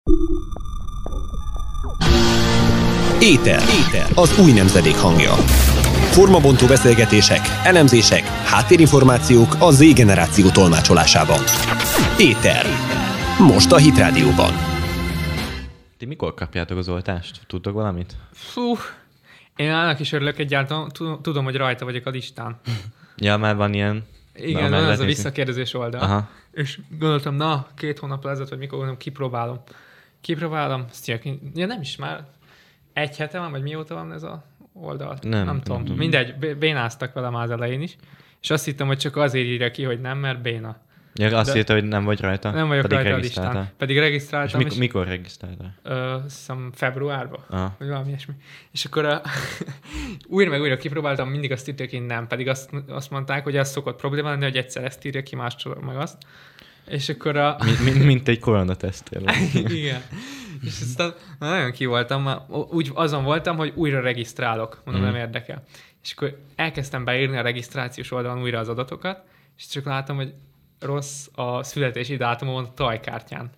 Éter, az új nemzedék hangja. Formabontó beszélgetések, elemzések, háttérinformációk a Z-generáció tolmácsolásában. Éter. Most a Hit Rádióban. Ti mikor kapjátok az oltást? Tudtok valamit? Fú, én annak is örülök egyáltalán, tudom, hogy rajta vagyok a listán. Ja, már van ilyen... Igen, van ez a visszakérdezés oldal. Aha. És gondoltam, 2 hónap ezelőtt, vagy mikor gondolom, kipróbálom. Ja, nem is már 1 hete van, vagy mióta van ez a oldal? Nem tudom. Mindegy, bénáztak velem az elején is. És azt hittem, hogy csak azért írja ki, hogy nem, mert béna. Ja, azt írta, hogy nem vagy rajta? Nem vagyok rajta a listán. Pedig regisztráltam. És mikor regisztráltál? Hiszem februárban, aha, vagy valami ilyesmi. És akkor újra kipróbáltam, mindig azt írták, hogy nem. Pedig azt mondták, hogy ez szokott probléma lenni, hogy egyszer ezt írja ki, máskor meg azt. És akkor mint egy koronateszt. Igen. És aztán nagyon ki voltam, úgy azon voltam, hogy újra regisztrálok. Mondom, nem érdekel. És akkor elkezdtem beírni a regisztrációs oldalon újra az adatokat, és csak látom, hogy rossz a születési dátumon a tajkártyán.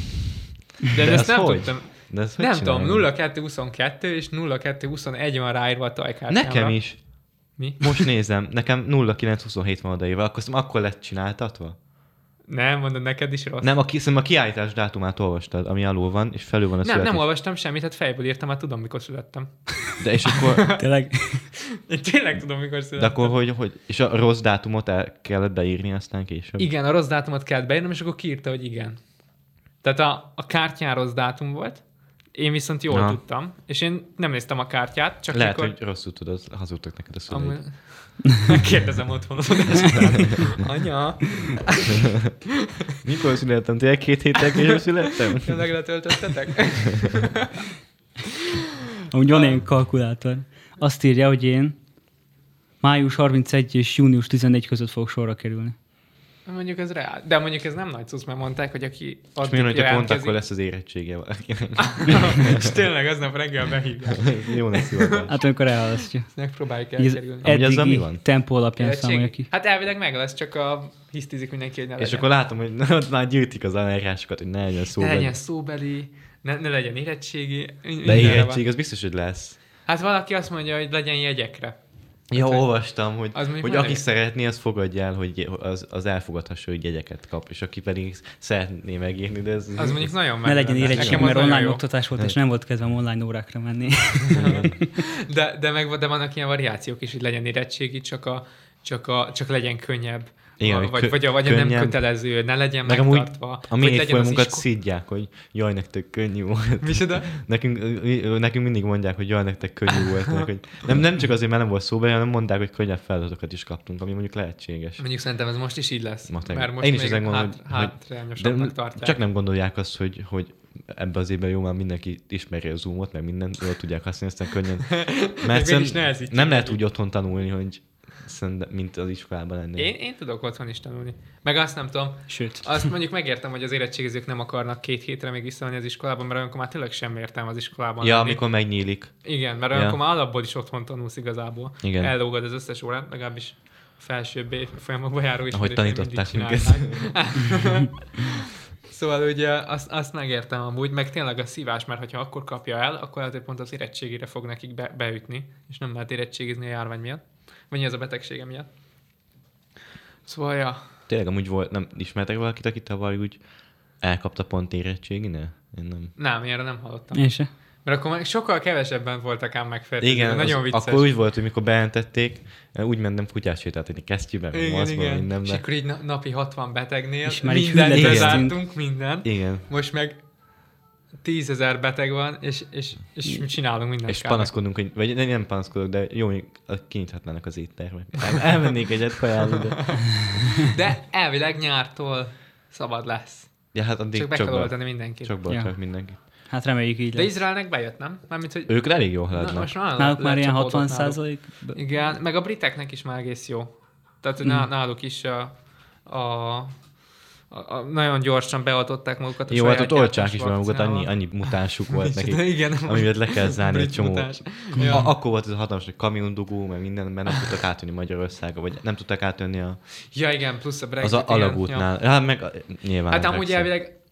De ezt nem tudtam. Nem tudom, 0222 és 0221 van ráírva a tajkártyámra. Nekem is. Mi? Most nézem, nekem 0927 van odaírva, akkor lett csináltatva? Nem, mondod, neked is rossz. Nem, a kiállítás dátumát olvastad, ami alul van, és felül van a születés. Nem olvastam semmit, hát fejből írtam, hát tudom, mikor születtem. De és akkor... Tényleg? Én tényleg tudom, mikor születtem. De akkor hogy... És a rossz dátumot el kellett beírni aztán később? Igen, a rossz dátumot kellett beírnom, és akkor kiírta, hogy igen. Tehát a kártyán rossz dátum volt, én viszont jól tudtam, és én nem néztem a kártyát, csak lehet, mikor... hogy rosszul tudod, hazudtak neked a szüleid. Megkérdezem otthon az után. Anya! Mikor születtem? Tényleg 2 héttel később születtem? Tényleg letöltöttetek? Úgy van ilyen kalkulátor. Azt írja, hogy én május 31 és június 14 között fogok sorra kerülni. Mondjuk ez reál. De mondjuk ez nem nagy cucc, mert mondták, hogy aki addig jelentkezik... És pont akkor lesz az érettsége valakinek. És tényleg aznap reggel behívják. Jó lesz hivatás. Hát amikor elhalasztja. Megpróbáljuk elkerülni. Eddigi tempó alapján számolja ki. Hát elvileg meg lesz, csak hisztizik mindenki, hogy ne legyen. És akkor látom, hogy már gyűjtik az aláírásokat, hogy ne legyen szóbeli. Ne legyen szóbeli, ne legyen érettségi. De érettség, az biztos, hogy lesz. Hát valaki azt mondja, hogy legyen jegyekre. Ja, olvastam, hogy aki nem szeretné, az fogadja el, hogy az elfogadhassa, hogy jegyeket kap, és aki pedig szeretné megírni, de ez... Az mondjuk nagyon ne legyen érettség, mert online oktatás volt, és nem volt kedvem online órákra menni. de vannak ilyen variációk is, hogy legyen érettségi, csak legyen könnyebb. Igen, vagy nem kötelező, ne legyen meg megtartva. A mi évfolyamunkat szidják, hogy jaj, nektek könnyű volt. Micsoda? Nekünk mindig mondják, hogy jaj, nektek könnyű volt. Hogy nem csak azért, mert nem volt szóba, hanem mondták, hogy könnyebb feladatokat is kaptunk, ami mondjuk lehetséges. Mondjuk szerintem ez most is így lesz. Mert most én is még hátrányosabbnak tartják. Csak nem gondolják azt, hogy ebben az évben jó, már mindenki ismeri a Zoomot, meg mindent, jól tudják használni, aztán könnyen. Mert nem lehet úgy otthon tanulni, hogy mint az iskolában lenni. Én tudok otthon is tanulni. Meg azt nem tudom. Sőt. Azt mondjuk megértem, hogy az érettségizők nem akarnak 2 hétre még visszamenni az iskolában, mert olyankor már tényleg sem értem az iskolában Ja, lenni. amikor megnyílik. Igen, mert olyankor már alapból is otthon tanulsz igazából. Igen. Ellógod az összes órát, legalábbis a felsőbb folyamokba járó is. Ahogy tanították minket. Szóval ugye azt megértem amúgy, meg tényleg a szívás, mert hogyha akkor kapja el, akkor lehet, hogy pont az érettségére fog nekik beütni, és nem lehet érettségizni a járvány miatt. Vagy ez a betegsége miatt. Szóval, ja. Tényleg amúgy volt, nem ismertek valakit, aki tavaly úgy elkapta pont érettségine? Én nem. Nem, ilyenre nem hallottam. Én se. Mert akkor sokkal kevesebben voltak ám megfertőzve. Igen, nagyon vicces. Akkor úgy volt, hogy mikor bejelentették, úgy mentem kutyát sétáltatni kesztyűben, meg maszkban, mindenben. És akkor így napi 60 betegnél mindent mindent bezártunk, mindent. Igen. Most meg 10 000 beteg van, és csinálunk mindent. És panaszkodunk, vagy nem panaszkodok, de jó, kinyithatnának az éttermek. Elmennék egyet kajálni, de elvileg nyártól szabad lesz. Ja, hát addig csak be kell oltani mindenkit. Csak mindenki. Hát reméljük így lesz. De Izraelnek bejött, nem? Mármint, hogy... Ők elég jól haladnak. Náluk már ilyen 60%. Igen, meg a briteknek is már egész jó. Tehát náluk is nagyon gyorsan beoltották magukat a jó, saját hát ott oltsák is magukat, annyi mutánsuk volt nekik, amivel le kell zárni egy csomó. Ja. Akkor volt ez a hatalmas, hogy kamiondugó, meg minden, mert nem tudtak átjönni Magyarországra, vagy nem tudtak átjönni Ja igen, plusz a Brexit. az alagútnál. Ja. Hát meg nyilván. Hát amúgy elvileg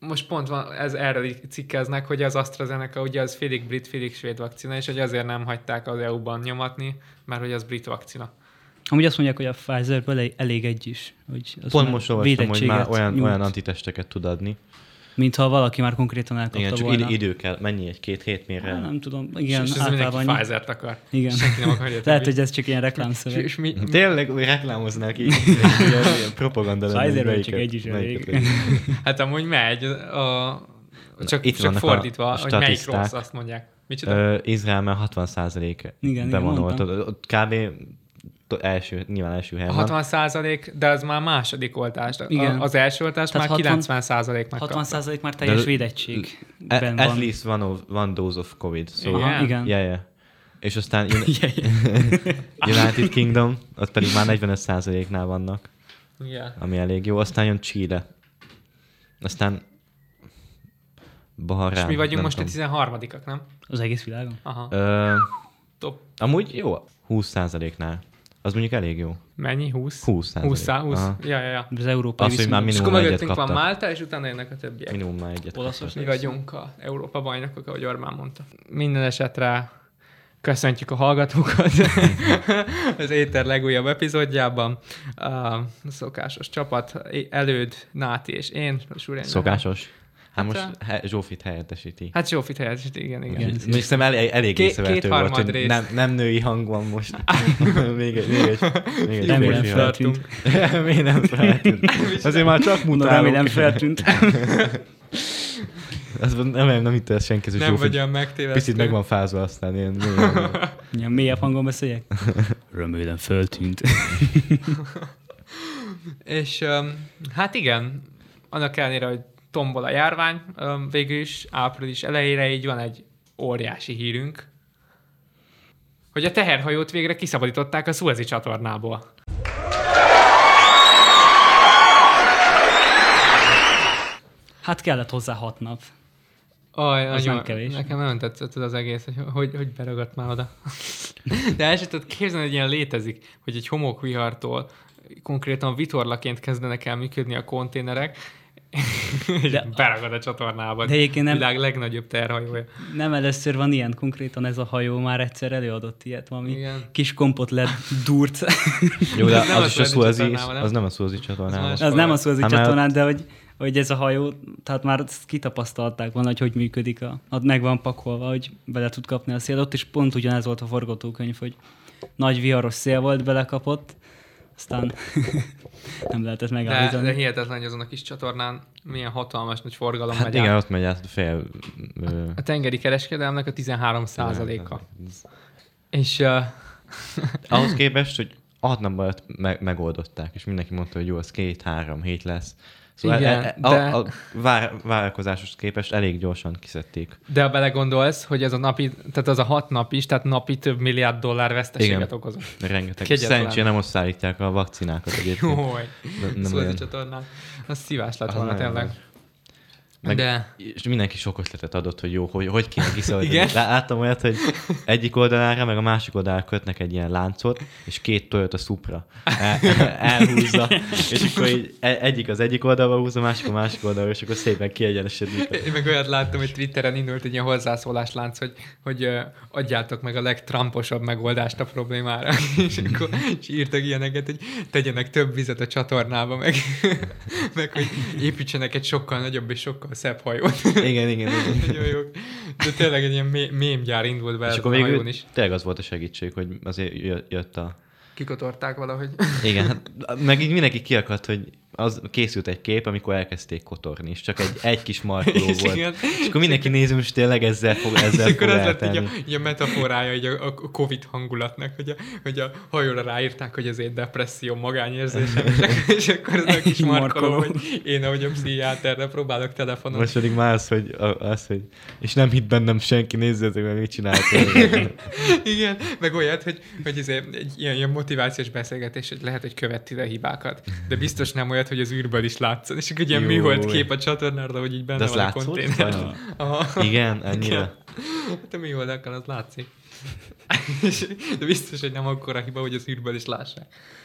most pont van, ez erről cikkeznek, hogy az AstraZeneca ugye az félig brit, félig svéd vakcina, és hogy azért nem hagyták az EU-ban nyomatni, mert hogy az brit vakcina. Amúgy azt mondják, hogy a Pfizerből elég egy is. Hogy pont most olvastam, hogy már olyan antitesteket tud adni. Mintha valaki már konkrétan elkapta igen, volna. csak idő kell. Mennyi? 1-2 hét mire? Nem tudom. Igen, és ez mindenki Pfizert akar. Igen. Senki nem akarja. Lehet, hogy ez csak ilyen reklámszöveg. Tényleg, hogy reklámoznák így. Ilyen propaganda lenne. Pfizerről csak egy is elég. Hát amúgy megy. Csak fordítva, hogy melyik rossz, azt mondják. Micsoda? Izraelben 60% be van oltva. Kb. Nyilván első helyen van. 60%, de az már második oltás. Az első oltás tehát már 90% megkapta. 60% már teljes védettségben van. At least one dose of COVID. So, igen. Yeah. És aztán United Kingdom, ott pedig már 45%-nál vannak. Yeah. Ami elég jó. Aztán jön Chile. Aztán Bahrein. És mi vagyunk most a 13-ak, nem? Az egész világon? Aha. Top. Amúgy jó, 20%-nál. Az mondjuk elég jó. Mennyi? 20? 20. Ja. Az európai az, hogy már és minimum akkor egyet kaptak. van Málta, és utána jönnek a többiek. Minimum már egyet kaptak. Mi vagyunk a Európa bajnokok, ahogy Orbán mondta. Minden esetre köszöntjük a hallgatókat az Éter legújabb epizódjában. A szokásos csapat, Előd, Náti és én. Szokásos? Hát most Zsófit helyettesíti. Hát Zsófit helyettesíti, igen. Még szerintem elég észrevehető volt, hogy nem női hang van most. még egy remélem feltűnt. Még nem feltűnt. Azért már csak mutálok. Remélem feltűnt. Nem itt ez senki, ez nem vagy olyan megtévesztő. Picit meg van fázva aztán ilyen mélyebb hangon beszéljek? Remélem feltűnt. És hát igen, annak ellenére, hogy tombol a járvány, végül is április elejére így van egy óriási hírünk, hogy a teherhajót végre kiszabadították a Szuezi csatornából. Hát kellett hozzá 6 nap. Az nem kevés. Nekem nagyon tetszett az egész, hogy beragadt már oda. De el sem tudod képzelni, hogy ilyen létezik, hogy egy homokvihartól konkrétan vitorlaként kezdenek el működni a konténerek, de beragad a csatornába. De egyébként nem, világ legnagyobb terhajója. Nem először van ilyen, konkrétan ez a hajó már egyszer előadott ilyet, valami kis kompot lett dúrt. Jó, de az is a Szuezi, az nem a Szuezi csatornában. Az nem a Szuezi csatornán, de hogy ez a hajó, tehát már kitapasztalták volna, hogy működik, meg van pakolva, hogy bele tud kapni a szél. Ott is pont ugyanez volt a forgatókönyv, hogy nagy viharos szél volt, belekapott, aztán nem lehetett megállítani. De hihetetlen, hogy azon a kis csatornán milyen hatalmas nagy forgalom megy át. Igen, ott megy át fél... A tengeri kereskedelmnek a 13%-a. És... ahhoz képest, hogy 6 napban megoldották, és mindenki mondta, hogy jó, az 2-3 hét lesz. Szóval igen, a várakozáshoz képest elég gyorsan kiszedték. De ha belegondolsz, hogy ez a napi, tehát az a 6 nap is, tehát napi több milliárd dollár veszteséget okozott. Rengeteg. Szerencsére nem szállítják a vakcinákat egyébként. Jój, Szuezi csatornán. Az szívás lett volna tényleg. És mindenki sok ötletet adott, hogy jó, hogy kéne kiszabadítani. Láttam olyat, hogy egyik oldalára, meg a másik oldalára kötnek egy ilyen láncot, és 2 Toyota Supra elhúzza, és akkor így egyik az egyik oldalba húzza, a másik oldalra, és akkor szépen kiegyenesedik. Én meg olyat láttam, hogy Twitteren indult egy ilyen hozzászóláslánc, hogy adjátok meg a legtrumposabb megoldást a problémára, és akkor írtak ilyeneket, hogy tegyenek több vizet a csatornába, meg hogy építsenek egy sokkal nagyobb és sokkal szebb hajót. Igen. Nagyon jó. De tényleg egy ilyen mémgyár indult be. És akkor végül tényleg az volt a segítség, hogy azért jött a... Kikotorták valahogy. Igen, hát meg így mindenki kiakadt, hogy az készült egy kép, amikor elkezdték kotorni, és csak egy kis markoló volt. Igen. És akkor mindenki néző, most tényleg ezzel fog és akkor az lett így a metaforája így a Covid hangulatnak, hogy a hajóra ráírták, hogy ezért depresszió, magányérzésem, és akkor ez a kis markoló, hogy én, ahogy a pszichiáterre próbálok telefonon. Most pedig már az, hogy és nem hitt bennem senki, nézzétek meg, mit csináltam. Igen, meg olyat, hogy ez egy ilyen motivációs beszélgetés, hogy lehet, hogy követi a hibákat, de biztos nem olyat, hogy az űrből is látszon. És akkor egy ilyen műhold kép a csatornára, hogy így benne van a konténer. Igen, ennyire. Hát a műholdakkal az látszik. De biztos, hogy nem akkora hiba, hogy az űrből is lássák.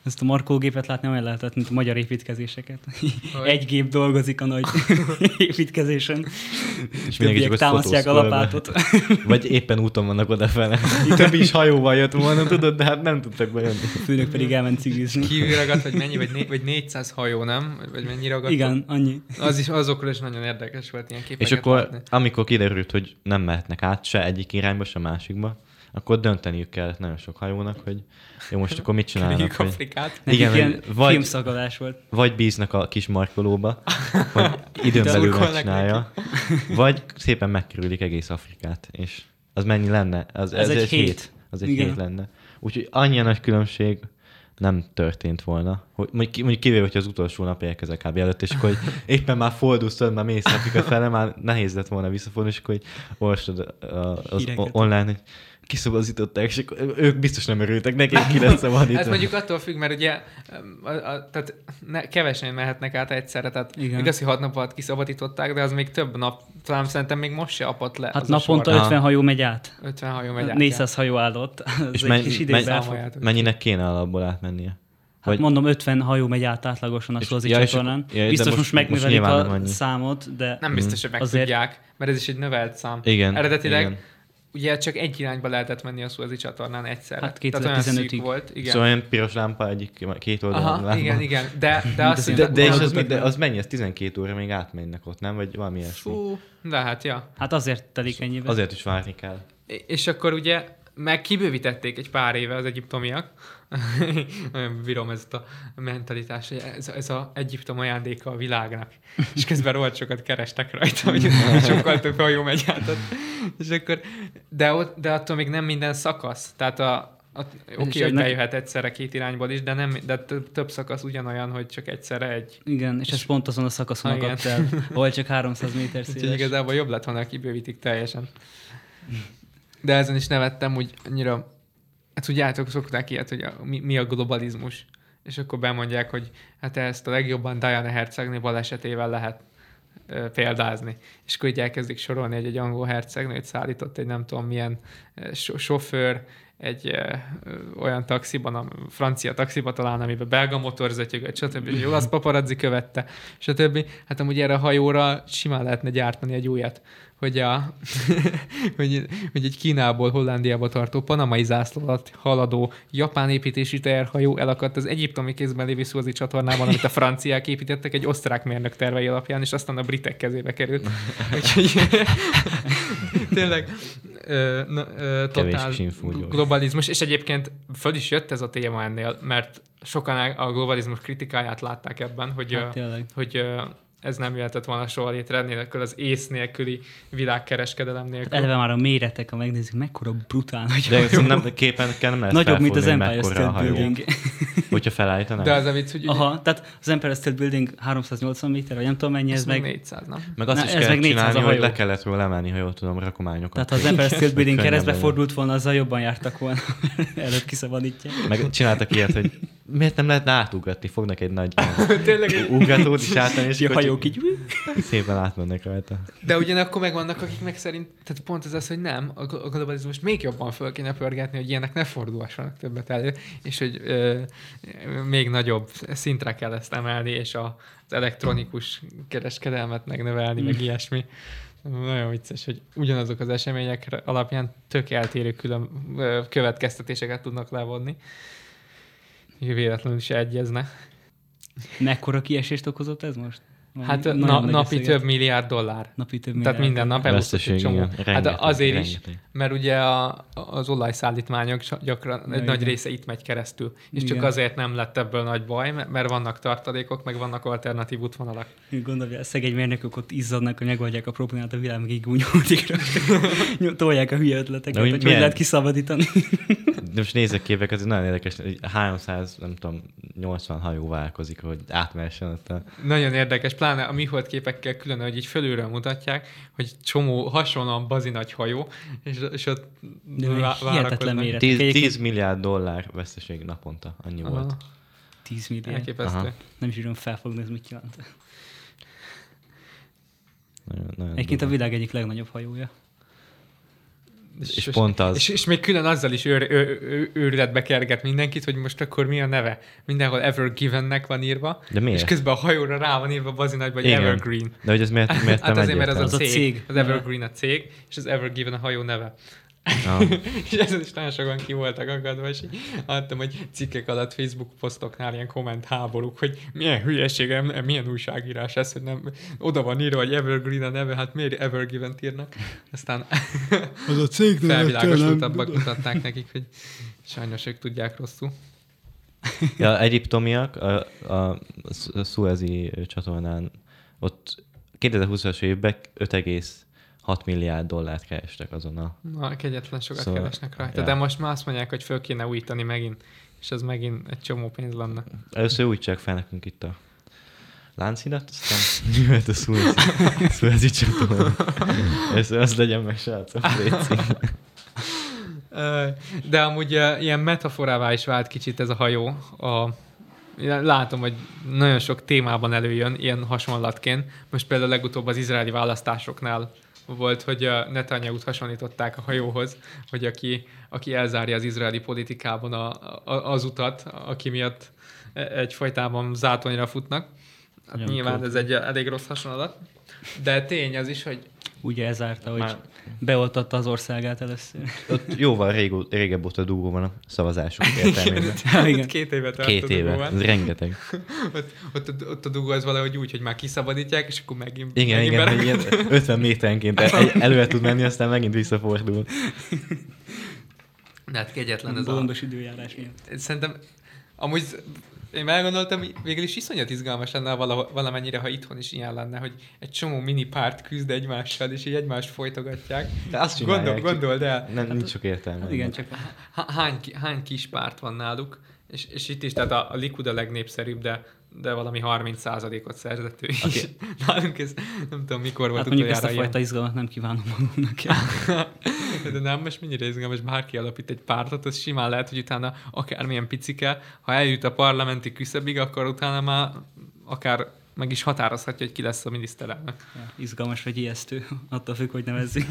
Ezt a markológépet látni olyan lehetett, mint a magyar építkezéseket. Egy gép dolgozik a nagy építkezésen. És többiek támasztják a lapátot. Vagy éppen úton vannak odafele. Több is hajóval jött volna, tudod, de hát nem tudtak bejönni. A főnök pedig elment cigizni. Kívül ragadt, vagy mennyi, vagy 400 hajó, nem? Vagy mennyi ragadt? Igen, annyi. Azokról is nagyon érdekes volt ilyen képeket. És akkor, látni. amikor kiderült, hogy nem mehetnek át se egyik irányba, se másikba, akkor dönteniük kellett nagyon sok hajónak, hogy jó, most akkor mit csinálnak? Hogy... Afrikát. Igen, ilyen filmszagadás volt. Vagy bíznak a kis markolóba, hogy időn belül megcsinálja, vagy szépen megkerülik egész Afrikát. És az mennyi lenne? Ez egy hét. Az egy hét lenne. Úgyhogy annyi nagy különbség nem történt volna. Mondjuk kivéve, hogy az utolsó nap érkezek kb. Előtt, és akkor éppen már fordulsz, már mész Afrika fele, már nehéz lett volna visszafordulni, és akkor olvastad az online, hogy kiszabadították, és ők biztos nem örültek, nekik ki lesz szabadítva. Ez mondjuk attól függ, mert ugye tehát kevesen mehetnek át egyszerre, tehát igaz, hogy 6 nap alatt kiszabadították, de az még több nap, talán szerintem még most se apadt le. Hát naponta 50 hajó megy át. 50 hajó megy át. 400 hajó állott. És mennyinek kéne alapból átmennie? Hát mondom, 50 hajó megy át átlagosan a Szuazi csatornán. Biztos most megnövelik a számot, de nem biztos, hogy meg tudják, mert ez is egy növelt szám. Igen. Eredetileg ugye csak egy irányba lehetett menni a Szuazi csatornán egyszerre. Hát 2015-ig volt. Igen. Szóval olyan piros lámpa két oldalon. Aha, igen. De az mennyi? Ez 12 óra még átmennek ott, nem? Vagy valami ilyesmi? De hát ja. Hát azért telik ennyivel. Azért is várni kell. És akkor ugye meg kibővítették egy pár éve az egyiptomiak. Nagyon bírom ezt a mentalitást, hogy ez az Egyiptom ajándéka a világnak. És közben rohadt sokat kerestek rajta, hogy sokkal több hajó megy át. És akkor, de attól még nem minden szakasz. Tehát oké, hogy bejöhet egyszerre két irányból is, de több szakasz ugyanolyan, hogy csak egyszerre egy. Igen, és ez pont azon a szakaszon akadt el, ahol csak 300 méter széles. Úgyhogy igazából jobb lett, ha kibővítik teljesen. De ezen is nevettem, úgy annyira. Hát tudjátok, szokták ilyet, hogy mi a globalizmus. És akkor bemondják, hogy hát ezt a legjobban Diana hercegnő balesetével lehet példázni. És akkor így elkezdik sorolni, hogy egy angol hercegnőt szállított egy nem tudom milyen sofőr, egy olyan taxiban, a francia taxiban talán, amiben belga motorzetyögött, stb. És egy olasz paparazzi követte, stb. Hát amúgy erre a hajóra simán lehetne gyártani egy újat, hogy, hogy egy Kínából Hollandiába tartó panamai zászló alatt haladó japán építésű teherhajó elakadt az egyiptomi kézben lévő Szuazi csatornában, amit a franciák építettek egy osztrák mérnök tervei alapján, és aztán a britek kezébe került. Úgyhogy tényleg totál globalizmus, és egyébként föl is jött ez a téma ennél, mert sokan a globalizmus kritikáját látták ebben, hogy ez nem jöhetett volna soha létre nélkül, az ész nélküli világkereskedelem nélkül. Hát eleve már a méretek, ha megnézzük, mekkora brutál nagy de nem képen nem lehet nagyobb, mint az Empire State Building. Hogyha felállítanák. De az a vicc, hogy... Aha, tehát az Empire State Building 380 méter, vagy nem tudom mennyi, ez meg 400, nem? Meg azt is kell csinálni, hogy le kellett róla emelni, ha jól tudom, rakományokat. Tehát ha az Empire State Building keresztbe fordult volna, azzal jobban jártak volna. Előbb kiszabadítják. Meg csináltak ilyet, hogy miért nem lehetne átugatni? Fognak egy nagy ugratót is átmenni, és hajók így szépen átmennek rajta. De ugyanakkor meg vannak, akik meg szerint, tehát pont ez az, hogy nem, a globalizmust még jobban föl kéne pörgetni, hogy ilyenek ne fordulhassanak többet elő, és hogy még nagyobb szintre kell ezt emelni, és az elektronikus kereskedelmet megnövelni, meg ilyesmi. Nagyon vicces, hogy ugyanazok az események alapján tök eltérő külön következtetéseket tudnak levonni. Véletlenül is egyezne. Mekkora kiesést okozott ez most? Hát napi több milliárd dollár. Napi több milliárd. Tehát minden nap elosztott egy csomó. Hát azért is, rengeteg. mert ugye az olajszállítmányok gyakran egy nagy része itt megy keresztül. És csak azért nem lett ebből nagy baj, mert vannak tartalékok, meg vannak alternatív útvonalak. Gondolj, a szegény mérnökök ott izzadnak, hogy megoldják a problémát, a világ meg így gúnyolódik. Tolják a hülye ötleteket, hogy lehet kiszabadítani. De most nézzek képek, ez nagyon érdekes, 380 hajó válkozik, hogy átmehessen ott. Nagyon érdekes, pláne a műhold képekkel külön, hogy így fölülről mutatják, hogy csomó hasonlóan bazinagy hajó, és ott hihetetlen méret. 10 milliárd dollár veszteség naponta, annyi volt. 10 milliárd. Elképesztő. Nem is tudom felfogni, ez mit jelent. Nagyon egyébként a világ egyik legnagyobb hajója. És pont az. És még külön azzal is őrületbe kerget mindenkit, hogy most akkor mi a neve. Mindenhol Ever Givennek van írva, de miért? És közben a hajóra rá van írva bazinagyba, hogy Evergreen. De hogy ez miért hát azért, mert az a cég. Az Evergreen a cég, és az Ever Given a hajó neve. És ezen is nagyon sokan ki voltak akadva, és adtam, hogy cikkek alatt Facebook posztoknál ilyen komment háborúk, hogy milyen hülyeség, milyen újságírás ez, hogy nem oda van írva, hogy Evergreen a neve, hát miért Evergiven-t írnak? Aztán az a cég felvilágosultabbak mutatták nekik, hogy sajnos ők tudják rosszul. Ja, egyiptomiak a Szuezi csatornán ott 2020-as évben 5,6 milliárd dollárt kerestek azon a... Na, kegyetlen sokat keresnek rajta, ja. De most már azt mondják, hogy föl kéne újítani megint, és ez megint egy csomó pénz lenne. Először újítsák fel nekünk itt a Lánchidat, aztán jöhet a Szuezi csatornán. Ez legyen meg, srácok, létszik. De amúgy ilyen metaforává is vált kicsit ez a hajó. Látom, hogy nagyon sok témában előjön ilyen hasonlatként. Most például legutóbb az izraeli választásoknál volt, hogy Netanyahu-t hasonlították a hajóhoz, hogy aki elzárja az izraeli politikában az utat, aki miatt egyfajtában zátonyra futnak. Hát nyilván ez egy elég rossz hasonlat. De tény az is, hogy ugye ezárta, hogy beoltatta az országát először. Ott jóval régebb óta dugó van a szavazások értelmében. Igen. 2 éve tart 2 éve, ez rengeteg. Ott a dugó az valahogy úgy, hogy már kiszabadítják, és akkor megint... Igen, hogy ilyen 50 méterenként előre tud menni, aztán megint visszafordul. De hát kegyetlen ez bolondos időjárás miatt. Szerintem amúgy én elgondoltam, végül is iszonyat izgalmas lenne valamennyire, ha itthon is ilyen lenne, hogy egy csomó mini párt küzd egymással, és így egymást folytogatják. De azt csinálják. Gondold el. Nincs sok értelme. Igen, csak hány kis párt van náluk, és itt is, tehát a Likud a legnépszerűbb, de valami 30%-ot szerzett ő is. Okay. Nálunk ez nem tudom, mikor volt utoljára ilyen. Hát mondjuk ezt a fajta izgalmat nem kívánom magunknak. De nem, most mennyire izgalmas, bárki alapít egy pártot, az simán lehet, hogy utána akármilyen picike, ha eljut a parlamenti küszöbig, akkor utána már akár meg is határozhatja, hogy ki lesz a miniszterelnök. Ja, izgalmas vagy ijesztő, attól függ, hogy nevezzük.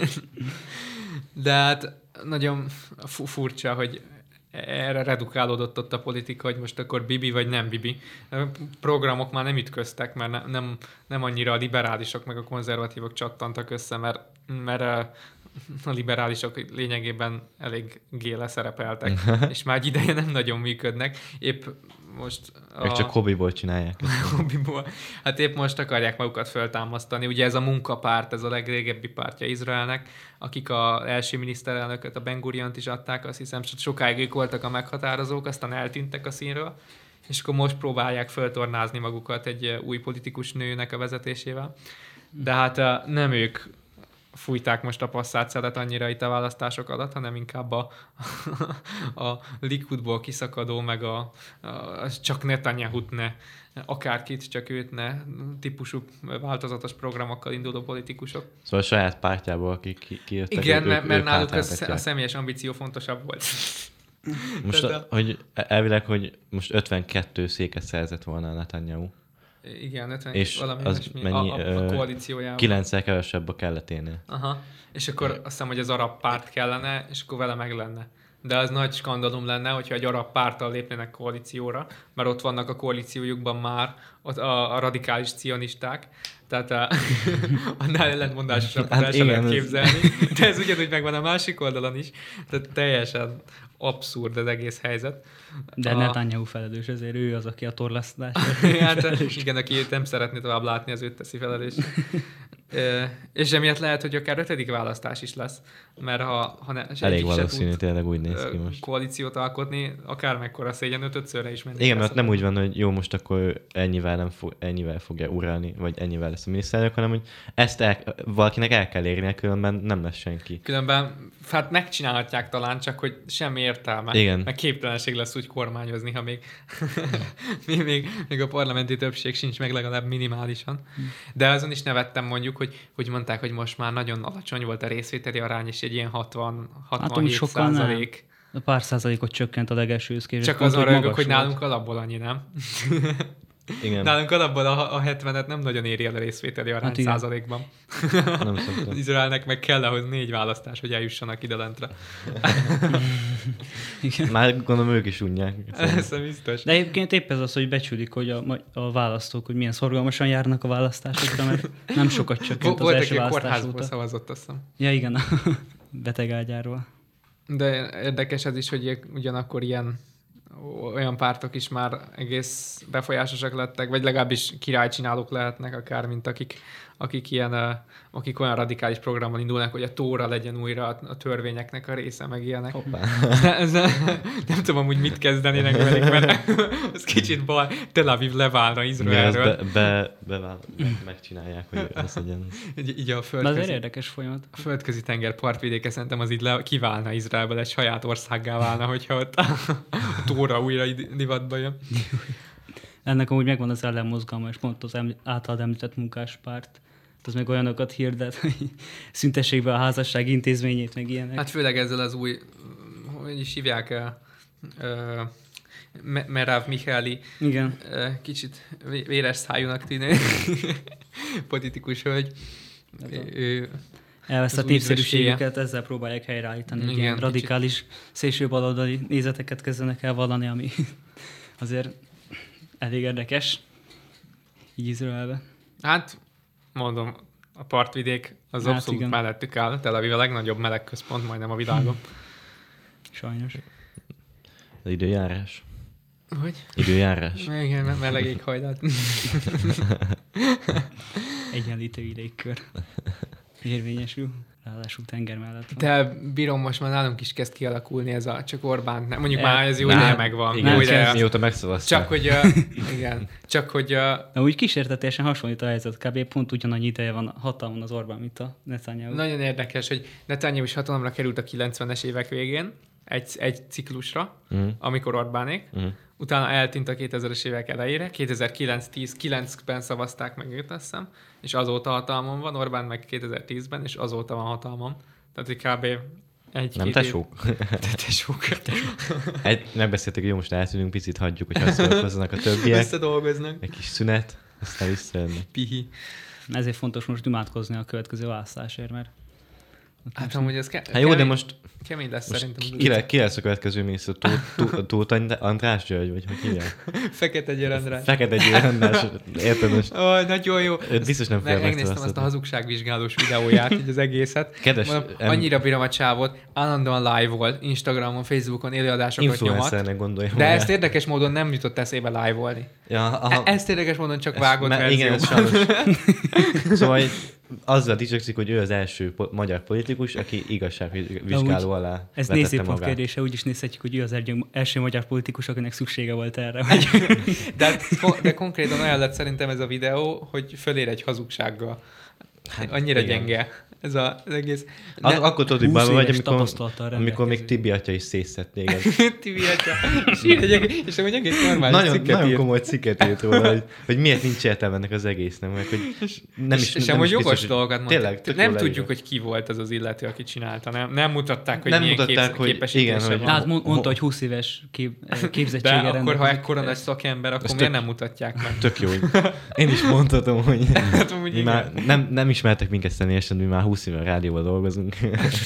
De hát nagyon furcsa, hogy erre redukálódott ott a politika, hogy most akkor Bibi vagy nem Bibi. Programok már nem ütköztek, mert nem annyira a liberálisok meg a konzervatívok csattantak össze, mert a liberálisok lényegében elég géle szerepeltek, és már egy ideje nem nagyon működnek. Épp most... Ők csak hobbiból csinálják. Hobbiból. Hát épp most akarják magukat föltámasztani. Ugye ez a munkapárt, ez a legrégebbi pártja Izraelnek, akik az első miniszterelnököt, a Ben Guriont is adták, azt hiszem, sokáig ők voltak a meghatározók, aztán eltűntek a színről, és akkor most próbálják föltornázni magukat egy új politikus nőnek a vezetésével. De hát nem ők fújták most a passzát szelet annyira itt a választások alatt, hanem inkább a Likudból kiszakadó, meg a csak Netanyahut ne, akárkit, csak őt ne típusú változatos programokkal induló politikusok. Szóval a saját pártjából, akik kijöttek. Igen, mert náluk a személyes ambíció fontosabb volt. Most, hogy elvileg, hogy most 52 széket szerzett volna a Netanyahu. Igen, 50 és valami az mennyi, a koalíciójában. 9-szer kevesebb a kelleténél. Aha. És akkor azt hiszem, hogy az arab párt kellene, és akkor vele meg lenne. De az nagy skandalum lenne, hogyha egy arab párttal lépnének koalícióra, mert ott vannak a koalíciójukban már a radikális cionisták, tehát annál ellentmondásosabb hát lehet képzelni. De ez ugyanúgy megvan a másik oldalon is, tehát teljesen abszurd az egész helyzet. De Netanyahu felelős, ezért ő az, aki a torlasztás. Hát, igen, aki nem szeretné tovább látni, az őt teszi felelős. És emiatt lehet, hogy akár 5. választás is lesz, mert ha elég valószínű, tényleg úgy néz ki most. Koalíciót alkotni, akár mekkora szégyen 5-szörre is menni. Igen, mert nem úgy van, hogy jó, most akkor ennyivel fogja uralni, vagy ennyivel lesz a miniszterelnök, hanem hogy ezt valakinek el kell érnie, különben nem lesz senki. Különben hát megcsinálhatják talán, csak hogy semmi értelme. Igen. Meg képtelenség lesz úgy kormányozni, ha még a parlamenti többség sincs meg legalább minimálisan. De azon is nevettem mondjuk, hogy mondták, hogy most már nagyon alacsony volt a részvételi arány, és egy ilyen 60-67%. A pár százalékot csökkent a legelsőhöz képest. Csak azon rögök, hogy nálunk alapból annyi, nem? Igen. Nálunk alapból a 70-et nem nagyon éri el a részvételi arány százalékban. Nem szoktam. Izraelnek meg kell ahhoz 4 választás, hogy eljussanak ide lentre. Már gondolom ők is unják. Ez biztos. De egyébként épp ez az, hogy becsülik, hogy a választók, hogy milyen szorgalmasan járnak a választásokra, mert nem sokat csökkent az első választás óta. Kórházból szavazott, azt hiszem. Ja, igen, a betegágyáról. De érdekes ez is, hogy ugyanakkor olyan pártok is már egész befolyásosak lettek, vagy legalábbis királycsinálók lehetnek akár, mint akik olyan radikális programmal indulnak, hogy a Tóra legyen újra a törvényeknek a része, meg ilyenek. Nem tudom amúgy mit kezdenének velük, mert ez kicsit bal, Tel Aviv leválna Izraelről. Megcsinálják, hogy az legyen. Így a földközi, érdekes folyamat. A földközi tenger partvidéke szerintem az így kiválna Izraelből, egy saját országgá válna, hogyha ott a Tóra újra divatba jön. Ennek amúgy megvan az ellenmozgalma, és pont az általad említett munkáspárt. Az meg olyanokat hirdet, hogy szüntessék be a házasság intézményét, meg ilyenek. Hát főleg ezzel az új, hogy is hívják Merav Mihály, igen. Kicsit véres szájúnak tűnő politikus hölgy. Elveszt a népszerűségüket, ezzel próbálják helyreállítani. Igen, ilyen radikális szélsőbaloldali nézeteket kezdenek el vallani, ami azért elég érdekes így Izraelbe. Hát mondom, a partvidék az abszolút igen. Mellettük áll. Tel Aviv a legnagyobb meleg központ majdnem a világon. Sajnos. Az időjárás. Hogy? Időjárás. Igen, meleg éghajlat. Egyenlítői légkör. Érvényesül. Ráadásul tenger mellett van. De bírom, most már nálunk is kezd kialakulni ez a csak Orbán. Mondjuk már ez jó ideje megvan. Igen, mióta megszavazták. Csak hogy igen, csak hogy de úgy kísértetésen hasonlít a helyzet. Kb. Pont ugyanannyi ideje van hatalmon az Orbán, mint a Netanyahu. Nagyon érdekes, hogy Netanyahu is hatalomra került a 90-es évek végén, egy ciklusra, amikor Orbánék. Utána eltűnt a 2000-es évek elejére, 2009-10-9-ben szavazták meg őt, azt hiszem, és azóta hatalmon van, Orbán meg 2010-ben, és azóta van hatalmon. Tehát, hogy kb. Nem tesók. Tesók. Megbeszéltek, hogy jó, most eltűnünk, picit hagyjuk, hogy összedolgozzanak a többiek. Összedolgoznak. Egy kis szünet, aztán visszajönni. Pihi. Ezért fontos most imádkozni a következő választásért, mert hát amúgy ez hát jó, de most kemény lesz szerintem. Ki lesz a következő miniszter? Tóth András György, vagy hogy hívják? Fekete Győr András. Fekete Győr András, érted most? Nagyon jó. Biztos nem fél megnéztem azt a hazugságvizsgálós videóját, így az egészet. Kedves, annyira bírom a csávot, állandóan live volt, Instagramon, Facebookon élőadásokat nyomat. Influencernek gondolja. De ezt érdekes módon nem jutott eszébe live-olni. Ja, ezt érdekes módon csak vágott verzió. Igen, ez sajnos. Szóval azzal dicsekszik, hogy ő az első magyar politikus, aki igazságvizsgáló alá vetette magát. Ez nézőpont kérdése, úgy is nézhetjük, hogy ő az első magyar politikus, akinek szüksége volt erre. De konkrétan olyan lett szerintem ez a videó, hogy fölér egy hazugsággal. Hát, annyira igen. Gyenge ez az egész. Akkor tudod, hogy vagy, amikor még Tibi atya is szétszett téged. Tibi atya. És amúgy egész normális cikket írt. Nagyon komoly cikket írt róla, hogy miért nincs értelme ennek az egésznek. Meg, hogy nem is, és amúgy jogos dolgokat mondták. Nem tudjuk, hogy ki volt az az illető, aki csinálta. Nem mutatták, hogy milyen képesítése van. Hát mondta, hogy 20 éves képzettsége rendelkezik. De akkor, ha ekkora nagy szakember, akkor miért nem mutatják meg? Tök jó. Én is mondhatom, hogy nem ismertek minket személyesen, mi már 20 éve a rádióval dolgozunk.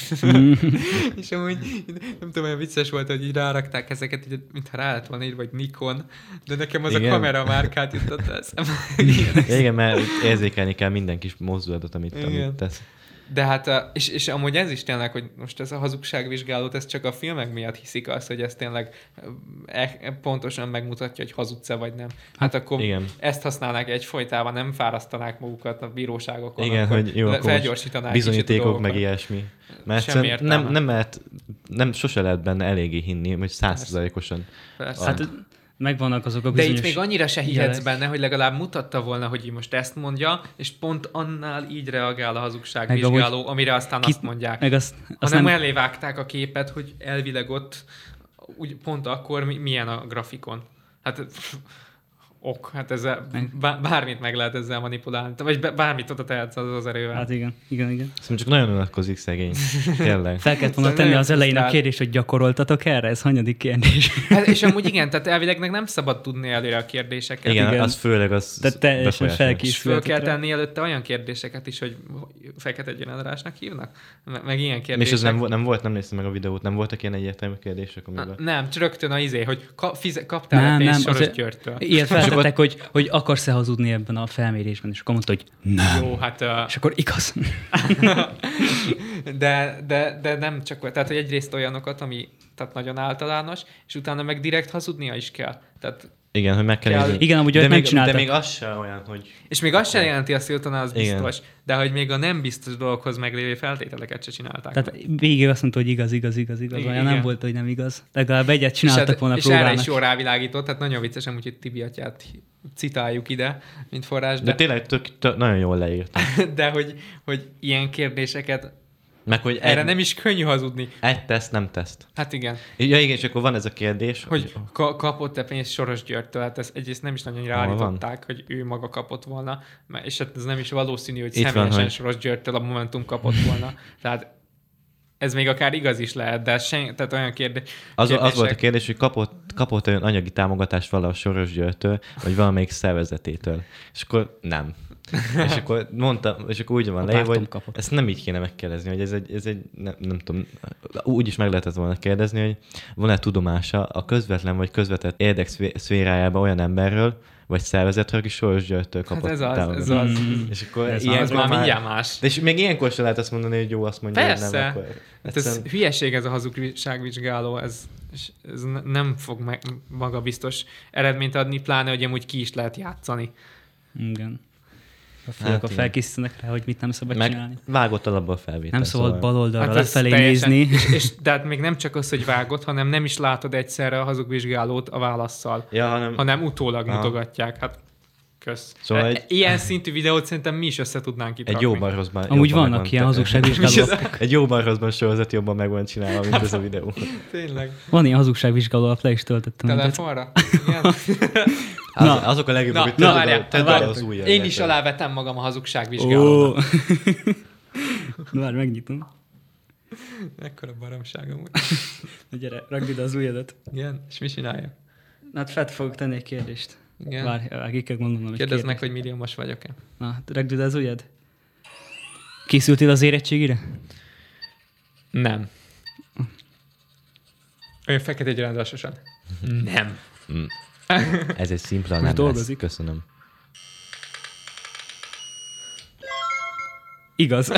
És amúgy nem tudom, olyan vicces volt, hogy így rárakták ezeket, így, mintha rá lett volna írva, vagy Nikon, de nekem az igen. A kamera márkát jutott eszembe. Igen, mert érzékelni kell minden kis mozdulatot, amit tesz. De hát, és amúgy ez is tényleg, hogy most ez a hazugságvizsgálót, ez csak a filmek miatt hiszik azt, hogy ez tényleg pontosan megmutatja, hogy hazudsz-e vagy nem. Hát akkor igen. Ezt használnák egyfolytában, nem fárasztanák magukat a bíróságokon. Igen, hogy jó, felgyorsítanák bizonyítékok, meg ilyesmi. Mert nem sose lehet benne eléggé hinni, hogy 100%-osan. Hát megvannak azok a bizonyos... De itt még annyira se hihetsz benne, hogy legalább mutatta volna, hogy így most ezt mondja, és pont annál így reagál a hazugságvizsgáló, amire aztán azt mondják. Hanem mellé vágták a képet, hogy elvileg ott úgy pont akkor milyen a grafikon. Hát ok. Hát ezzel bármit meg lehet ezzel manipulálni. Vagy bármit oda tehetsz az erővel. Hát igen. Szerintem csak nagyon unatkozik szegény. Tényleg. Fel kellett volna tenni az elején a kérdés, hogy gyakoroltatok erre? Ez hanyadik kérdés? Hát, és amúgy igen, tehát elvilegnek nem szabad tudni előre a kérdéseket. Igen, az főleg az Föl kell tenni előtte olyan kérdéseket is, hogy fekete generálásnak hívnak? Meg ilyen kérdések. És ez nem néztem meg a videót, nem voltak ilyen egyértelmű kérdések? Nem, csak rögtön hogy kaptál pénzt Soros Györgytől. Ilyet feltettek, hogy akarsz-e hazudni ebben a felmérésben, és akkor mondta, hogy nem. Jó, hát... És akkor igaz. de nem csak, tehát hogy egyrészt olyanokat, ami tehát nagyon általános, és utána meg direkt hazudnia is kell. Tehát igen, hogy meg kell. Igen, amúgy őt megcsináltak. De még az sem olyan, hogy... És még az sem jelenti azt, hogy utána az biztos, de hogy még a nem biztos dolgokhoz meglévő feltételeket se csinálták. Tehát végig azt mondta, hogy igaz. Olyan nem volt, hogy nem igaz. Legalább egyet csináltak volna próbálnak. És erre is jól rávilágított, tehát nagyon viccesen, úgyhogy Tibi atyát citáljuk ide, mint forrás. De tényleg nagyon jól leírtam. De hogy ilyen kérdéseket meg, hogy erre nem is könnyű hazudni. Egy teszt, nem teszt. Hát igen. Ja igen, és akkor van ez a kérdés. Hogy kapott-e pénzt Soros Györgytől? Hát ezt egyrészt nem is nagyon ráállították, hogy ő maga kapott volna, és hát ez nem is valószínű, hogy személyesen Soros Györgytől a Momentum kapott volna. Tehát ez még akár igaz is lehet, de tehát olyan kérdés. Az volt a kérdés, hogy kapott olyan anyagi támogatást valaha Soros Györgytől, vagy valamelyik szervezetétől. És akkor nem. És akkor mondtam, és akkor úgy van leírva, hogy ezt nem így kéne megkérdezni, hogy ez egy nem tudom, úgy is meg lehetett volna kérdezni, hogy van-e tudomása a közvetlen vagy közvetett érdekszférájában olyan emberről, vagy szervezetről, aki Soros Györgytől kapott támogatást. Ez az. És akkor ez már mindjárt más. De és még ilyenkor sem lehet azt mondani, hogy jó, azt mondja, persze. hogy nem. Akkor hát ez hülyeség ez a hazugságvizsgáló, ez nem fog magabiztos eredményt adni, pláne, hogy amúgy ki is lehet játszani. Igen. Főleg, felkészítenek rá, hogy mit nem szabad csinálni. Vágott alapból felvétel. Nem szabad bal oldalra lefelé nézni. De hát még nem csak az, hogy vágott, hanem nem is látod egyszerre a hazugvizsgálót a válasszal, hanem utólag mutogatják. Hát kösz. Szóval ilyen szintű videót szerintem mi is össze tudnánk itt egy jóban rosszban. Amúgy vannak ilyen hazugságvizsgálók. Egy jóban rosszban sorozat jobban meg van csinálva, mint ez a videó. Tényleg. Van ilyen hazugságvizsgáló, le is töltöttem. Telefonra? Azok a legjobb, hogy tedd az ujjal. Én is alávetem magam a hazugságvizsgálónak. Várj, megnyitom. Ekkora baromság amúgy. Gyere, ragd ide az ujjadat. Igen, és mi csinálja? Hát fel fogok tenni egy kérdést. Igen. Várj, ki kell mondanom egy kérdezd meg, hogy milliómos vagyok-e. Na, ragd ide az ujjad. Készültél az érettségire? Nem. Olyan fekete gyanádásosan. Nem. Ez egy szimpla nem lesz. Köszönöm. Igaz.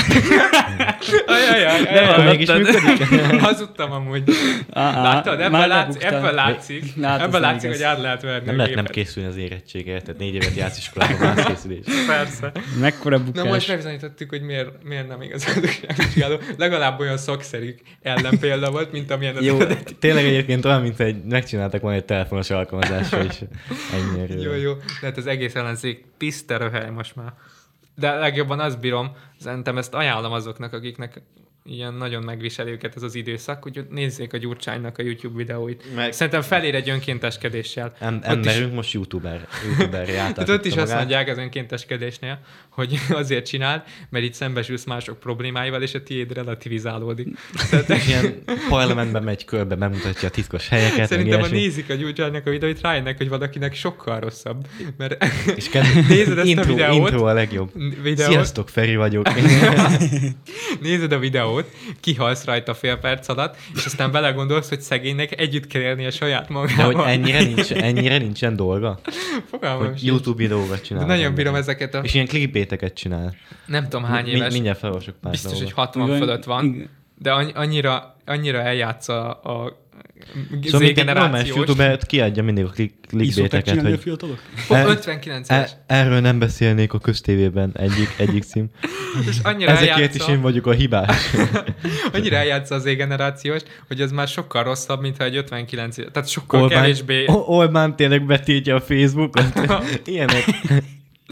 De akkor mégis működik. Hazudtam amúgy. Láttad? Ebből látszik, hogy át lehet verni. Nem lehet nem készülni az érettségre, tehát 4 évet játsz iskolában átkészülés. Persze. Mekkora bukás. Na most bebizonyítottuk, hogy miért nem igaz az hazugságvizsgáló. Legalább olyan szakszerű ellenpélda volt, mint amilyen az eredeti. Tényleg egyébként olyan, mint egy megcsináltak volna egy telefonos alkalmazásra is. Ennyire. Jó. De hát az egész ellenzék tiszta röhely most már. De legjobban azt bírom, szerintem ezt ajánlom azoknak, akiknek ilyen nagyon megviseli őket ez az időszak, hogy nézzék a Gyurcsánynak a YouTube videóit. Szerintem felér egy önkénteskedéssel. Emberünk most youtuberre tehát ott is azt mondják az önkénteskedésnél, hogy azért csináld, mert itt szembesülsz mások problémáival, és a tiéd relativizálódik. Ilyen parlamentben megy körbe, bemutatja a titkos helyeket. Szerintem, ha nézik a Gyurcsánynak a videóit, rájönnek, hogy valakinek sokkal rosszabb. Mert és nézed ezt a videót. Intro a legjobb. Sziasztok, Feri vagyok. Nézed a videót, kihalsz rajta fél perc alatt, és aztán belegondolsz, hogy szegénynek együtt kell élni a saját magával. De hogy ennyire nincsen dolga? Fogalmam hogy YouTube videókat csinál. De nagyon bírom ezeket és ilyen clickbaiteket csinál. Nem tudom hány éves. Mindjárt felolvasok pár biztos, hogy 60 fölött van, de annyira eljátsza a Z-generációs. YouTuber kiadja mindig a clickbaiteket, hogy 59-es. Erről nem beszélnék a köztévében egyik cím. Ezekért is én vagyok a hibás. Annyira eljátsza az Z-generációs, hogy ez már sokkal rosszabb, mintha egy 59, tehát sokkal kevésbé... Orbán tényleg betiltja a Facebookot. Ilyenek.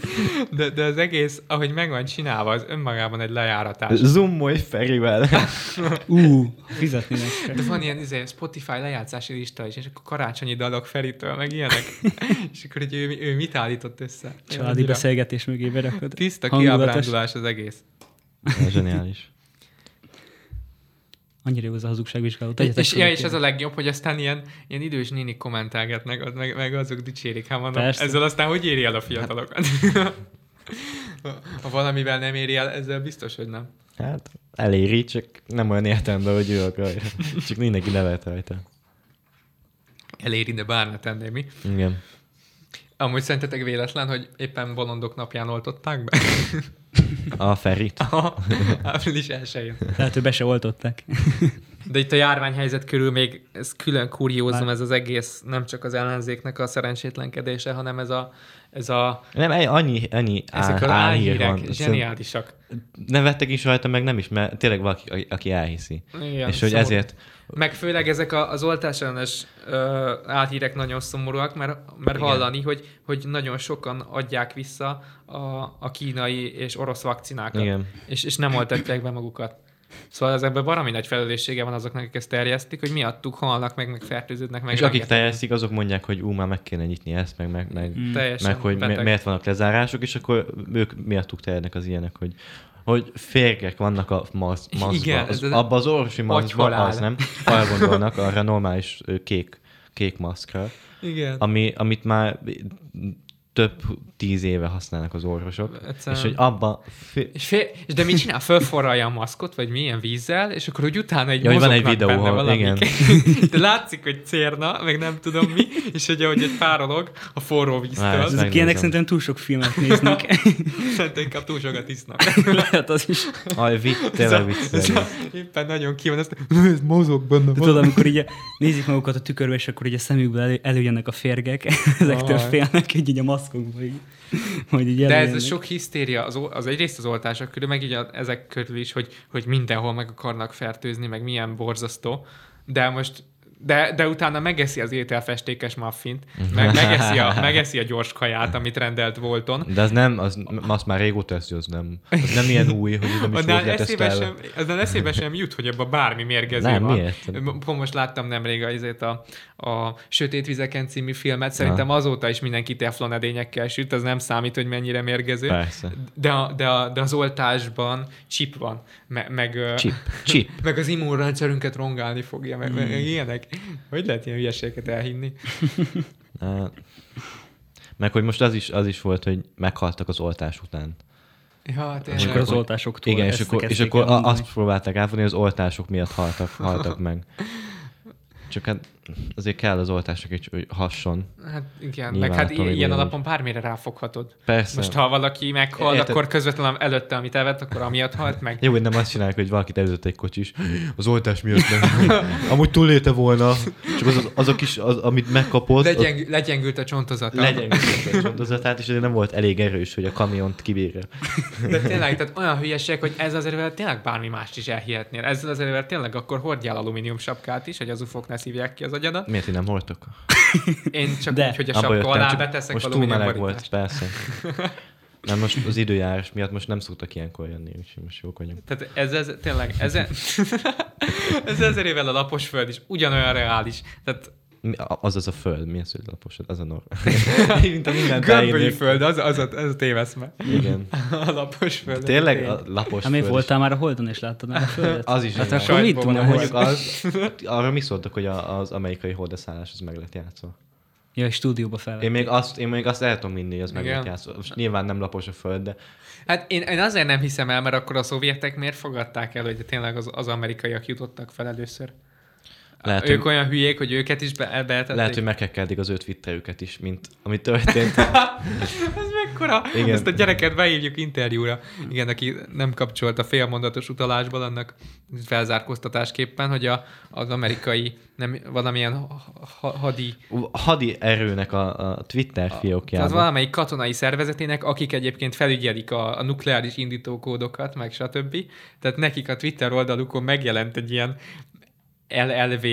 De az egész, ahogy meg van csinálva, az önmagában egy lejáratás. Zoomolj Ferivel. Fizetni neked. De van ilyen Spotify lejátszási lista is, és akkor karácsonyi dalok Feritől, meg ilyenek. És akkor hogy ő mit állított össze? Családi beszélgetés mögé berakod. Tiszta kiábrándulás az egész. Zseniális. Annyira jó az a hazugságvizsgáló. És ez a legjobb, hogy aztán ilyen idős nénik kommentálgatnak, meg azok dicsérik. Hát mondom, ezzel aztán hogy éri el a fiatalokat? Ha valamivel nem éri el, ezzel biztos, hogy nem. Hát eléri, csak nem olyan értelemben, hogy ő akarja. Csak mindenki nevet rajta. Eléri, de bár ne tenné, mi? Igen. Amúgy szerintetek véletlen, hogy éppen bolondok napján oltották be? A Ferit? Április 1-én. Tehát ő be se oltották. De itt a járványhelyzet körül még ez külön kuriózum, ez az egész, nem csak az ellenzéknek a szerencsétlenkedése, hanem ez a nem, annyi ezek az álhírek van. Zseniálisak. Nem vettek is rajta, meg nem is, mert tényleg valaki, aki elhiszi. Igen, és hogy ezért... Meg főleg ezek az oltásellenes álhírek nagyon szomorúak, mert hallani, hogy nagyon sokan adják vissza a kínai és orosz vakcinákat. Igen. És nem oltatják be magukat. Szóval ezekben baromi nagy felelőssége van azoknak, akik ezt terjesztik, hogy miattuk halnak meg fertőződnek meg. És akik terjesztik, azok mondják, hogy már meg kéne nyitni ezt, meg hogy miért vannak lezárások, és akkor ők miattuk terjednek az ilyenek, hogy férgek vannak a maszkban. Igen, abban az orvosi maszkban az nem. Elgondolnak arra normális kék maszkra. Igen. Amit már több 10 éve használnak az orvosok. És hogy abba... De mit csinál? Fölforralja a maszkot, vagy milyen vízzel, és akkor hogy utána egy van egy videó, ahol igen. De látszik, hogy cérna, meg nem tudom mi, és hogy ahogy egy párolog a forró víztől. Ezek ilyenek szerintem túl sok filmet néznek. Szerintem inkább túl sokat isznak. Lehet az is. Tényleg viccelés. Éppen nagyon ki van, ezt ez mozog benne. Tudod, amikor így nézik magukat a tükörbe, és akkor így a szemükből előjönnek a férgek, ezektől félnek, így a maszkokba. De ez a sok hisztéria, az egyrészt az oltások körül, meg így ezek körül is, hogy mindenhol meg akarnak fertőzni, meg milyen borzasztó. De most de utána megeszi az ételfestékes muffint, meg megeszi a gyors kaját, amit rendelt Volton. De az már régóta eszi, az nem ilyen új, hogy nem is volt letesztelve. Aztán eszébe sem jut, hogy abban bármi mérgező nem, van. Miért? Most láttam nemrég a Sötét vizeken című filmet, szerintem azóta is mindenki teflon edényekkel süt, az nem számít, hogy mennyire mérgező. Persze. De az oltásban chip van, Chip. meg az immunrendszerünket rongálni fogja, meg ilyenek. Hogy lehet ilyen hülyeségeket elhinni? Meg hogy most az is volt, hogy meghaltak az oltás után. Ja, és akkor az oltásoktól. Igen, és akkor azt próbálták elfogni, hogy az oltások miatt haltak meg. Csak hát azért kell az oltások egy hasson. Hát igen, meg hát ilyen alapon bármire ráfoghatod. Persze. Most ha valaki meghal, akkor közvetlenül előtte, amit evett, akkor amiatt halt meg. Jó, hogy nem azt csinálják, hogy valakit előtt egy kocsis. Az oltás miatt nem. Amúgy túlélte volna. Csak azok is, amit megkapott. Legyengült a csontozata. Legyengült a csontozatát, és azért nem volt elég erős, hogy a kamiont kibírja. De tényleg, tehát olyan hülyeség, hogy ez az erővel tényleg bármi mást is elhihetnél. Ezzel az erővel tényleg akkor hordjál alumínium sapkát is, hogy az ufók ne szívják ki az agyadat. Miért én nem hordtok? Én csak úgy, hogy a sapka alá beteszek most túl meleg volt, persze. Nem, most az időjárás miatt most nem szoktak ilyenkor jönni, úgyhogy most jók vagyunk. Tehát ez tényleg, ez 1000 évvel a lapos föld is ugyanolyan reális. Tehát az a föld, mi az, hogy lapos? Az a norm. Gömbölyű föld, az a téveszme. Igen. A lapos föld. Tényleg a lapos föld. Voltál már a Holdon és láttad már a földet? Az is. Hát akkor mit tudna, hogy arra mi szóltak, hogy az amerikai holdaszállás az meg lett játszva? Ja, egy stúdióba fel. Én még azt el tudom vinni, hogy az meg lett játszva. Most nyilván nem lapos a föld, de... Hát én azért nem hiszem el, mert akkor a szovjetek miért fogadták el, hogy tényleg az amerikaiak jutottak fel először? Lehet, ők olyan hülyék, hogy őket is beeltették. Lehet, hogy megkekkeldik az ő Twitterüket is, mint ami történt. Ez mekkora? Igen. Ezt a gyereket beírjuk interjúra. Igen, aki nem kapcsolt a félmondatos utalásból, annak felzárkóztatásképpen, hogy az amerikai valamilyen hadi erőnek a Twitter fiókjában. Az valamelyik katonai szervezetének, akik egyébként felügyelik a nukleáris indítókódokat, meg stb. Tehát nekik a Twitter oldalukon megjelent egy ilyen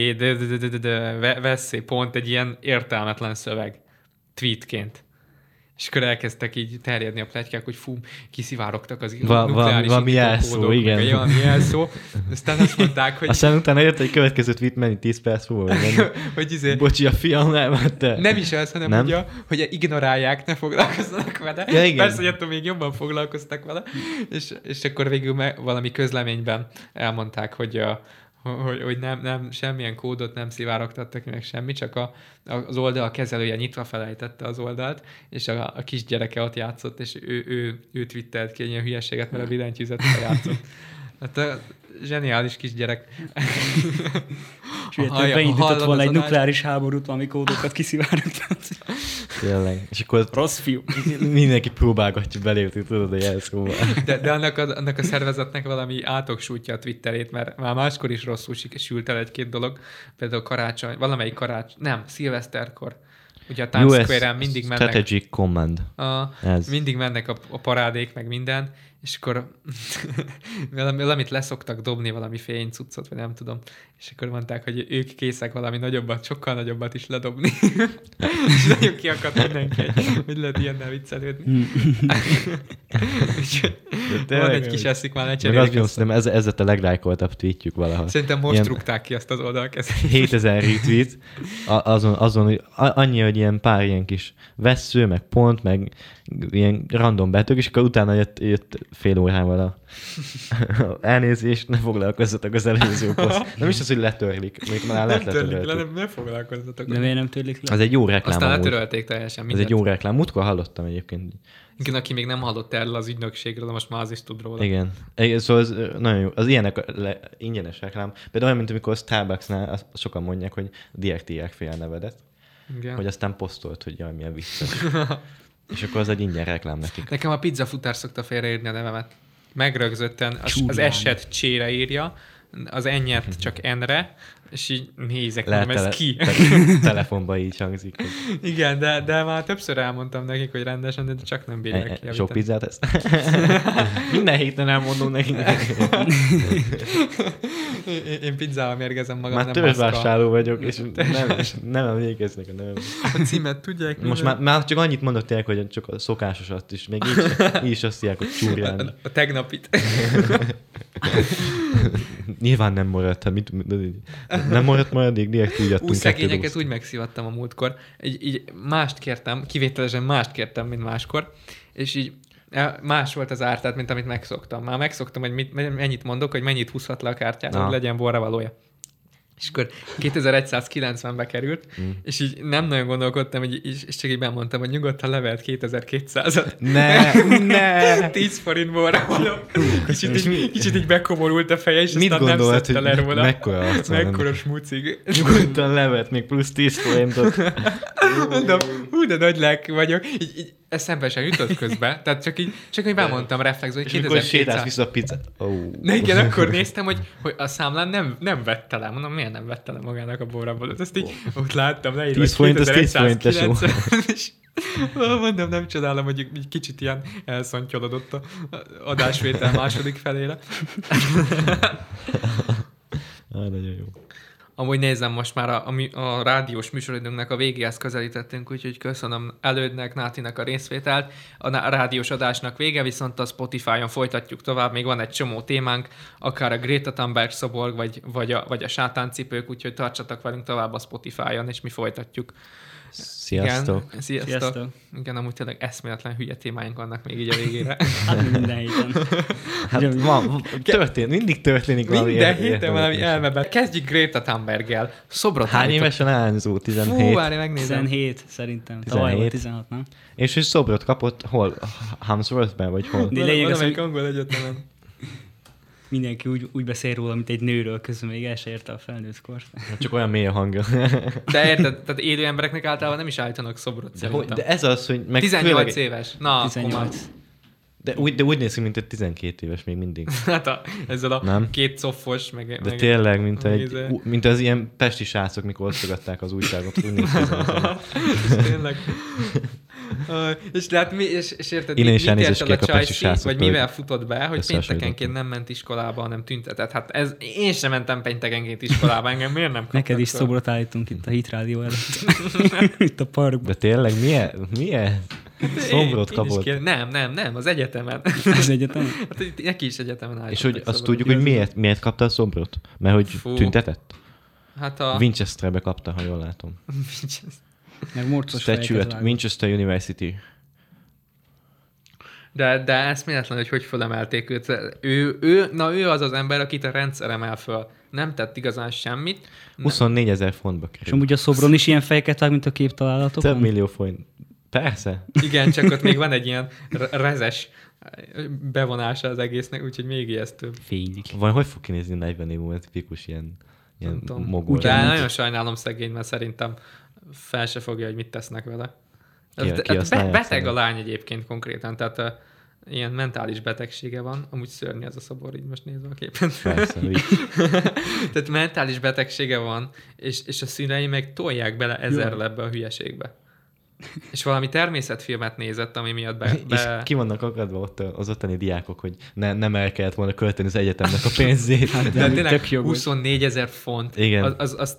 veszély pont egy ilyen értelmetlen szöveg tweetként. És akkor elkezdtek így terjedni a pletykák, hogy fú, kiszivárogtak az nukleáris valami jelszó, igen. Valami jelszó. Aztán azt mondták, hogy... Aztán utána jött egy következő tweet, mennyi 10 perc múlva. hogy Bocsi, a fiam nem, te. Nem is az, hanem nem? Ugye, hogy ignorálják, ne foglalkozzanak vele. Ja, igen. Persze, hogy attól még jobban foglalkoztak vele. És akkor végül valami közleményben elmondták, hogy nem, semmilyen kódot nem szivárogtattak, meg semmi, csak az oldal kezelője nyitva felejtette az oldalt, és a kisgyereke ott játszott, és ő twittelt ki egy ilyen hülyeséget, mert a billentyűzettel játszott. Hát a zseniális kisgyerek. És beindított volna egy nukleáris háborút, valami kódokat kiszivárogtat. Tényleg. És akkor rossz fiú. Mindenki próbálgatja belépni, tudod, a jelszóval. De annak a szervezetnek valami átoksújtja a Twitterét, mert már máskor is rosszul sült el egy-két dolog. Például szilveszterkor. Ugye a Times Square-en mindig mennek... Strategic Command. Mindig mennek a parádék, meg minden, és akkor valamit leszoktak dobni, valami fénycuccot, vagy nem tudom. És akkor mondták, hogy ők készek valami nagyobbat, sokkal nagyobbat is ledobni. És nagyon kiakadt mindenki, hogy lehet ilyennel viccelődni. Van egy kis eszik, már lecserélik. Ez a leglájkoltabb tweetjük valaha. Szerintem most rúgták ki azt az oldalkezelést. 7000 retweet, azon annyi, hogy ilyen pár ilyen kis vessző, meg pont, meg ilyen random betök, és akkor utána jött fél órával a elnézést, ne foglalkozzatok az előző poszt. Nem is az, hogy letörlik. Még már letörölték. Ne foglalkozzatok. De miért nem törlik le? Az egy jó reklám. Aztán letörölték teljesen mindent. Ez egy jó reklám. Múltkor hallottam egyébként. Igen, aki még nem hallott erről az ügynökségről, most már az is tud róla. Igen. Szóval az nagyon jó. Az ilyenek ingyenes reklám. Például olyan, mint amikor a Starbucksnál sokan mondják, hogy direkt írják fél nevedet. Igen. Hogy aztán posztolt, hogy jaj, milyen vicces. És akkor az egy ingyen reklám nekik. Nekem a pizzafutár szokta félreírni a nevemet. Megrögzötten az S-et C-re írja, az N-et csak N-re, és így nézek, mondom, ez ki? Telefonban így hangzik. Igen, de már többször elmondtam nekik, hogy rendesen, de csak nem bírják javítani. Sok pizzát ezt? Minden héten elmondom nekik. Én pizzával mérgezem magam, már nem törzsvásárló vagyok, és nem emlékeznek a nevem. A címet tudják? Most már csak annyit mondották, hogy csak a szokásosat is, még így is azt hívják, hogy csúrján. A tegnapit. Nyilván nem maradt, nem maradt maradék, direkt úgy adtunk. Szegényeket úgy megszivattam a múltkor. Így mást kértem, kivételesen mást kértem, mint máskor, és így más volt az ártát, mint amit megszoktam. Már megszoktam, hogy mennyit mondok, hogy mennyit húzhat le a kártyát, hogy legyen borravalója. És akkor 2190-be került, és így nem nagyon gondolkodtam, és csak így bemondtam, hogy nyugodtan levelt 2200-at. Ne! 10 forint borravaló. Kicsit így bekomorult a feje, és mit aztán gondolt, nem szedte le róla. Mekkora smucig. Nyugodtan levelt még plusz 10 forintot. Mondom, de nagy lelkű vagyok. Így eszembe sem jutott közben. Tehát csak így bemondtam reflexben, hogy 2200. És sétálsz vissza a pizzát. Ne, igen, akkor néztem, hogy a számlán nem vette le. Mondom, miért nem vette le magának a borravalót? Ezt így ott láttam leírva, 10 forint, az 10 forint, tesó. Mondom, nem csodálom, hogy egy kicsit ilyen elszontyolodott a adásvétel második felére. Nagyon jó. Amúgy nézem, most már a rádiós műsoridőnknek a végéhez közelítettünk, úgyhogy köszönöm Elődnek, Nátinak a részvételt. A rádiós adásnak vége, viszont a Spotify-on folytatjuk tovább, még van egy csomó témánk, akár a Greta Thunberg szoborg, vagy a sátáncipők, úgyhogy tartsatok velünk tovább a Spotify-on, és mi folytatjuk. Sziasztok! Igen, sziasztok! Igen, amúgy tényleg eszméletlen hülye témáink vannak még így a végére. Hát minden héten. Mindig történik valami. Minden héten valami elmebben. Kezdjük Greta Thunberggel. Szobrot hány évesen leányzó? 17? Fú, várj, megnézem. 17 szerintem. Tavaly volt 16, nem? És hogy szobrot kapott hol? Hamsworthben, vagy hol? Valamelyik angol egyetemen. Mindenki úgy beszél róla, mint egy nőről, közben még el se érte a felnőtt kort. Csak olyan mély a hangja. De érted, tehát élő embereknek általában nem is állítanak szobrot. De ez az, hogy... Meg 18 éves. Na, 18. De úgy néz ki, mint egy 12 éves még mindig. Hát ezzel a két coffos, De tényleg, mint az ilyen pesti srácok, mikor osztogatták az újságot. Úgy néz ki. Tényleg. És érted, mit ért el a Csajci, vagy mivel futott be, hogy péntekenként nem ment iskolába, hanem tüntetett. Hát én sem mentem péntekenként iskolába, engem miért nem kaptak? Neked is szobrot állítunk itt a Hit Rádió előtt. Itt a parkban. De tényleg, milyen? Szobrot kapott. Nem, az egyetemen. Az egyetemen? Hát neki is egyetemen állítottak. És hogy azt tudjuk, hogy miért kapta a szobrot? Mert hogy tüntetett? Hát Winchesterbe kapta, ha jól látom. Meg morcos Statue at Winchester University. De eszméletlen, hogy fölemelték őt. Ő az az ember, akit a rendszer emel föl. Nem tett igazán semmit. 24 000 fontba kerül. És amúgy a szobron is ilyen fejeket vág, mint a képtalálatokon? Több millió forint. Persze. Igen, csak ott még van egy ilyen rezes bevonása az egésznek, úgyhogy még ijesztőbb. Fénylik. Vagy hogy fog kinézni 40 év múlva, tipikus ilyen mogol. De nagyon sajnálom szegény, mert szerintem fel se fogja, hogy mit tesznek vele. Beteg a lány egyébként konkrétan, tehát ilyen mentális betegsége van. Amúgy szörnyű ez a szobor, így most nézve a képen. Persze, tehát mentális betegsége van, és a szülei meg tolják bele ezerrel ebbe a hülyeségbe. És valami természetfilmet nézett, ami miatt És ki vannak akadva ott az ottani diákok, hogy nem el kellett volna költeni az egyetemnek a pénzét. Hát, de tényleg 24 000 font, igen. Az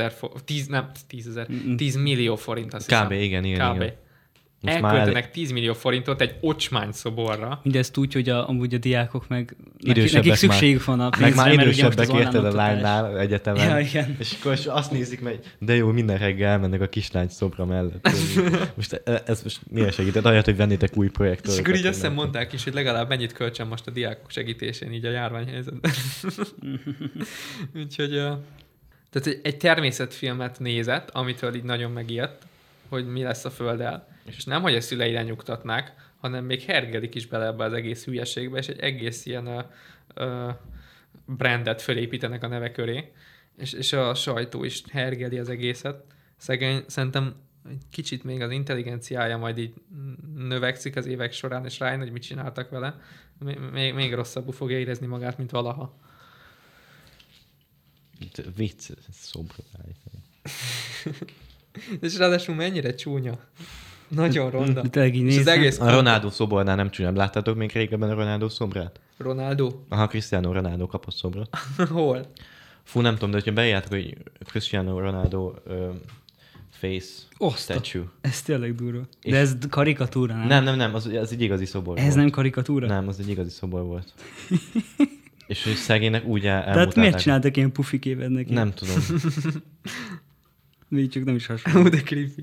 10 millió forint, azt hiszem. Kb. Igen. Elköltenek 10 millió forintot egy ocsmány szoborra. Mindezt úgy, hogy amúgy a diákok meg nekik szükségük van a pénzre. Meg már idősebbek érted a lánynál egyetemen. Ja, igen. És akkor azt nézik meg, de jó, minden reggel elmennek a kislány szobra mellett. Ez most mire segített? Ahelyett, hogy vennétek új projektort. És akkor így azt hiszem mondták is, hogy legalább mennyit költsön most a diákok segítésén így a járványhelyzetben. Úgyhogy tehát egy természetfilmet nézett, amitől így nagyon megijedt, hogy mi lesz a Földdel. És nem, hogy a szüleire nyugtatnák, hanem még hergelik is bele ebbe az egész hülyeségbe, és egy egész ilyen brandet fölépítenek a neve köré, és a sajtó is hergeli az egészet. Szegény, szerintem egy kicsit még az intelligenciája majd így növekszik az évek során, és rájön, hogy mit csináltak vele. Még rosszabbul fogja érezni magát, mint valaha. Vicc, szobra állítani. És ráadásul mennyire csúnya. Nagyon ronda. És az egész a Ronaldo szobornál nem csúnya. Láttátok még régebben a Ronaldo szobrát? Ronaldo? Aha, Cristiano Ronaldo kapott szobrot. Hol? Fú, nem tudom, de hogyha beírjátok, hogy Cristiano Ronaldo face statue. Ez tényleg durva. De ez karikatúra, nem, az egy igazi szobor volt. Ez nem karikatúra? Nem, az egy igazi szobor volt. És hogy szegénynek úgy elmutálták. Tehát miért csináltak ilyen pufikévet neki? Nem tudom. Még csak nem is hasonló. De creepy.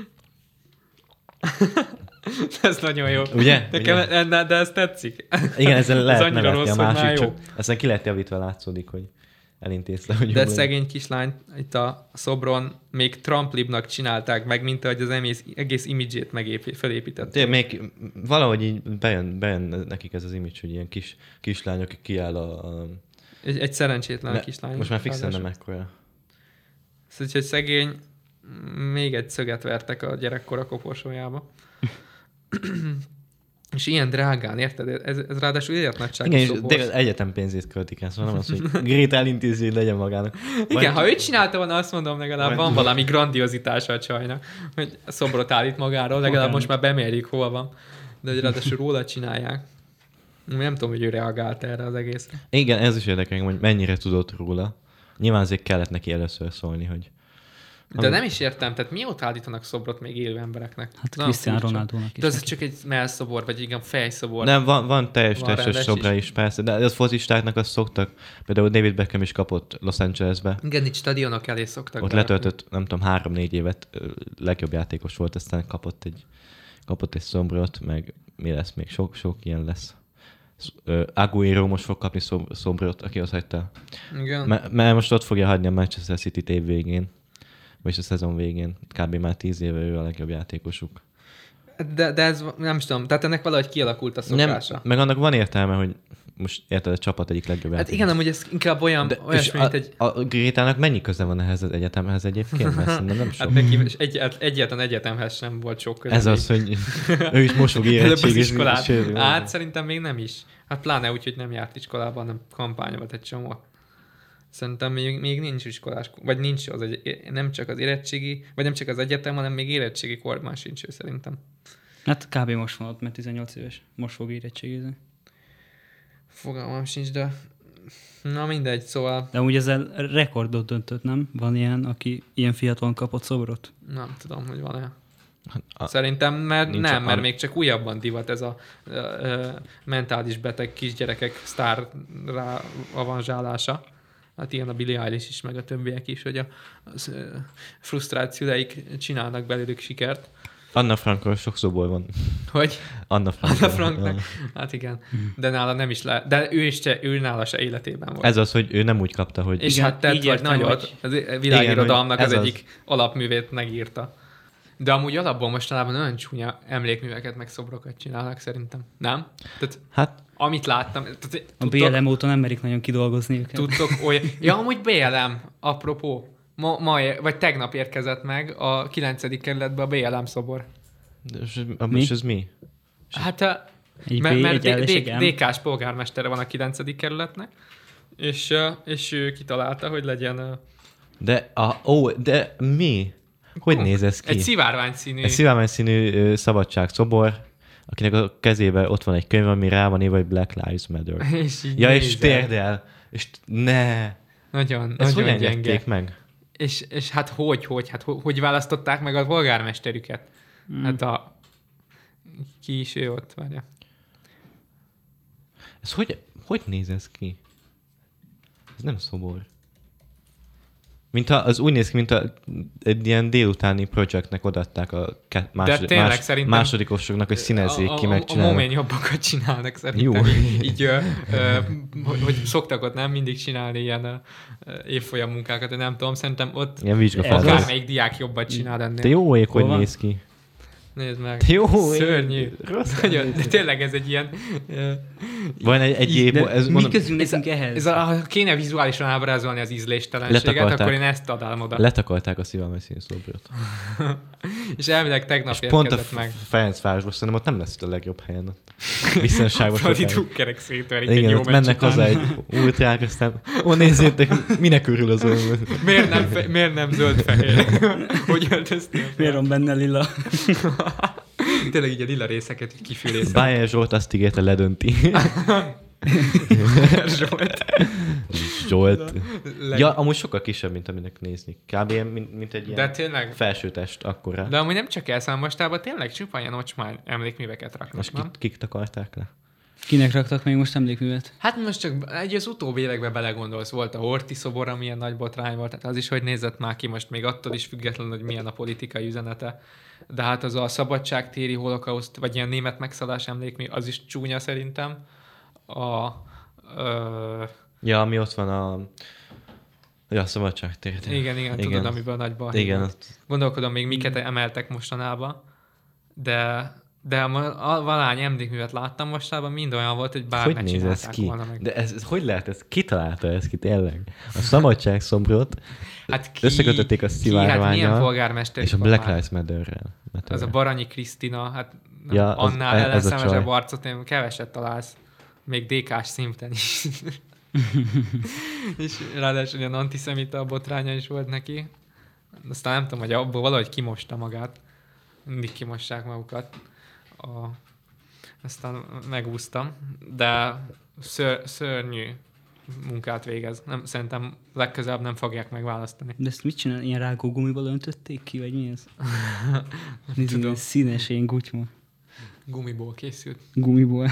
Ez nagyon jó. Ugye? De ez tetszik. Igen, ezzel lehet nevetni a másik, csak ezen ki lehet javítva, látszódik, hogy elintézte. Hogy de szegény kislány itt a szobron még tramplibnak csinálták meg, mint ahogy az egész imidzsét felépített. Még valahogy így bejön nekik ez az image, hogy ilyen kislány, aki kiáll egy szerencsétlen kislány. Most már fixen nem ekkora. Szóval, hogy szegény, még egy szöget vertek a gyerekkora koporsójába. És ilyen drágán, érted? Ez ráadásul életnagyságú szobor. Igen, és egyetem pénzét költik el, szóval nem az, hogy Gréta elintézi, hogy legyen magának. Igen, ha ő csinálta volna, azt mondom, legalább van valami grandiozitása a csajnak, hogy a szobrot állít magáról, legalább most már bemérjük, hol van. De hogy ráadásul róla csinálják. Nem tudom, hogy ő reagált erre az egészre. Igen, ez is érdekel, hogy mennyire tudott róla. Nyilván azért kellett neki először szólni, hogy... De nem is értem, tehát mióta állítanak szobrot még élő embereknek? Hát Cristiano Ronaldónak is. De ez csak egy mellszobor, vagy igen, fejszobor. Nem, van teljes szobra is, persze, de az focistáknak azt szoktak. Például David Beckham is kapott Los Angelesbe. Igen, itt stadionok elé szoktak. Ott letöltött, nem tudom, 3-4 évet, legjobb játékos volt, aztán kapott egy szobrot, meg mi lesz még, sok ilyen lesz. Aguero most fog kapni szobrot, aki azt hagyta. Igen. Mert most ott fogja hagyni a Manchester City év végén, vagy a szezon végén. Kb. Már 10 éve ő a legjobb játékosuk. De ez nem is tudom, tehát ennek valahogy kialakult a szokása. Nem, meg annak van értelme, hogy most érted, a csapat egyik legjobb játékos. Hát igen, amúgy ez inkább olyasmi, mint egy... A Grétának mennyi köze van ehhez az egyetemhez egyébként? Mert szerintem nem sok. Hát neki egyáltalán egyetemhez sem volt sok köze. Ez az, hogy ő is most fog érettségizni. Hát szerintem még nem is. Hát pláne úgy, hogy nem járt iskolában, hanem kampányolt egy csomó. Szerintem még nincs iskolás, vagy nincs nem csak az érettségi, vagy nem csak az egyetem, hanem még érettségi korban sincs ő szerintem. Hát kb. Most van ott, mert 18 éves. Most fog érettségizni. Fogalmam sincs, de na mindegy, szóval... De úgy ezzel rekordot döntött, nem? Van ilyen, aki ilyen fiatalon kapott szobrot? Nem tudom, hogy van-e. Szerintem, mert még csak újabban divat ez a mentális beteg kisgyerekek sztárra avanzsálása. Hát ilyen a Billie Eilish is, meg a többiek is, hogy a frusztrációik csinálnak belőlük sikert. Anna Frankról sok szóból van. Hogy? Anna Franknak. Hát igen. De nála nem is lehet. De ő nála se életében volt. Ez az, hogy ő nem úgy kapta, hogy... És igen, hát tett vagy nagyot. A világirodalomnak az egyik alapművét megírta. De amúgy alapból mostanában nagyon csúnya emlékműveket meg szobrokat csinálnak szerintem. Nem? Tehát, hát... Amit láttam... A BLM óta nem merik nagyon kidolgozni őket. Tudtok olyan... Ja, amúgy BLM, apropó. Vagy tegnap érkezett meg a 9. kerületbe a BLM szobor. És ez mi? Hát, mert DK-s polgármestere van a 9. kerületnek, és ő kitalálta, hogy legyen... De mi? Hogy néz ez ki? Egy szivárványszínű szabadságszobor, akinek a kezében ott van egy könyv, ami rá van írva, hogy Black Lives Matter. És térdel. És ne! Nagyon gyenge. Meg? És hát hogy választották meg a polgármesterüket? Hát ki is ő ott, várja. Ez hogy néz ez ki? Ez nem szobor. Az úgy néz ki, mint egy ilyen délutáni projektnek odaadták a másodikosoknak, hogy színezzék ki, megcsinálnak. A moményjobbakat csinálnak szerintem. Így, hogy szoktak ott nem mindig csinálni ilyen évfolyam munkákat, de nem tudom, szerintem ott akármelyik diák jobbat csinál ennél. De jó ég, hogy néz ki. Nézd meg. Jó, szörnyű. Nagyon, de tényleg ez egy ilyen... Van egy év... Mi közünk nekünk ehhez? Ha kéne vizuálisan ábrázolni az ízléstelenséget, akkor én ezt adám oda. Letakarták a szíválmeszínű szobrot. És elvileg tegnap érkezett meg. Pont a Ferencvárosban szerintem ott nem lesz a legjobb helyen. Biztonságos. Fradi drukkerek szétverik egy jó mennek haza egy ultrák, aztán nézzétek, minek örül az olyan. Miért nem zöld-fehér? Hogy öltöztél? Miért van benne lila? Tényleg így a lila részeket így kifűlészem. Bayer Zsolt azt ígérte, ledönti. Zsolt. Ja, amúgy sokkal kisebb, mint aminek nézni. Kb. Mint egy ilyen felsőtest akkora. De amúgy nem csak elszámostában, tényleg csupa ilyen ocsmány emlékműveket raknak. Most kik takarták le? Kinek raktak még most emlékművet? Hát most csak az utóbbi években belegondolsz, volt a Horthy szobor, amilyen nagy botrány volt, tehát az is, hogy nézett már ki most még attól is függetlenül, hogy milyen a politikai üzenete. De hát az a szabadságtéri holokauszt, vagy ilyen német megszállás emlékmű, az is csúnya szerintem. Ja, ami ott van a szabadságtér. Igen, tudod, amiből a nagy balhé volt. Gondolkodom még miket emeltek mostanában, de a valány emlékművet láttam mostában, mind olyan volt, hogy bár ne csinálták volna meg. De ez hogy lehet? Ez kitalálta ezt ki tényleg? A szabadságszombrot összekötötték a szivárvánnyal és a Black Lives Matter-rel. Az a Baranyi Krisztina, hát annál ellenszemesebb arcot én keveset találsz. Még DK-s szinten is. És ráadásul ilyen antiszemita botránya is volt neki. Aztán nem tudom, hogy abból valahogy kimosta magát. Mindig kimossák magukat. Aztán megúsztam. De szörnyű munkát végez. Szerintem legközelebb nem fogják megválasztani. De ezt mit csinál? Ilyen rágógumival öntötték ki, vagy mi ez? Tudom. Színes, ilyen gutyma. Gumiból készült. Gumiból.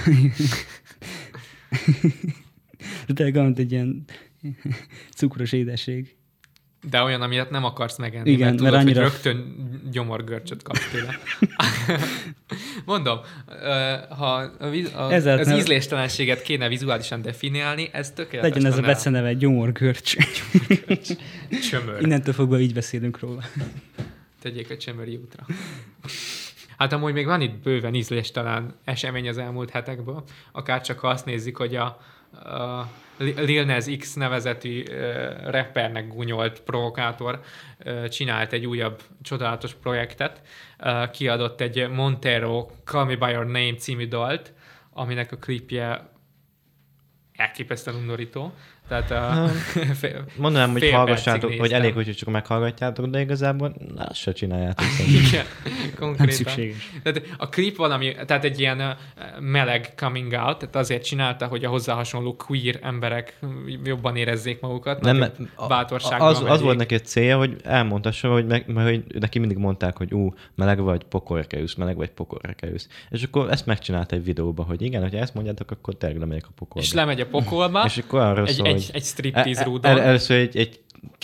De tényleg egy ilyen cukros édesség. De olyan, amilyet nem akarsz megenni, igen, mert tudod, annyira... hogy rögtön gyomorgörcsöt kapsz tőle. Mondom, ha az ízléstelenséget kéne vizuálisan definiálni, ez tökéletes. Legyen ez a beceneve, gyomorgörcs. Csömör. Innentől fogva így beszélünk róla. Tegyék a csömöri útra. Hát amúgy még van itt bőven ízléstelen esemény az elmúlt hetekből. Akár csak ha azt nézzük, hogy a Lil Nas X nevezetű rappernek gúnyolt provokátor csinált egy újabb csodálatos projektet. Kiadott egy Montero Call Me By Your Name című dalt, aminek a klipje elképesztően undorító. Tehát mondanám, hogy hallgassátok, hogy elég, hogy csak meghallgatjátok, de igazából azt se csináljátok. Igen, konkrétan. Nem szükséges. Tehát a klip valami, tehát egy ilyen meleg coming out, tehát azért csinálta, hogy a hozzá hasonló queer emberek jobban érezzék magukat. Nem, az volt neki egy célja, hogy elmondhassa, hogy neki mindig mondták, hogy meleg vagy, pokolra kerülsz, meleg vagy, pokolra kerülsz. És akkor ezt megcsinálta egy videóba, hogy igen, hogyha ezt mondjátok, akkor tényleg lemegyek a pokolba. És lemegy a pokolba, és akkor arról szól, egy striptease rúdon. Először egy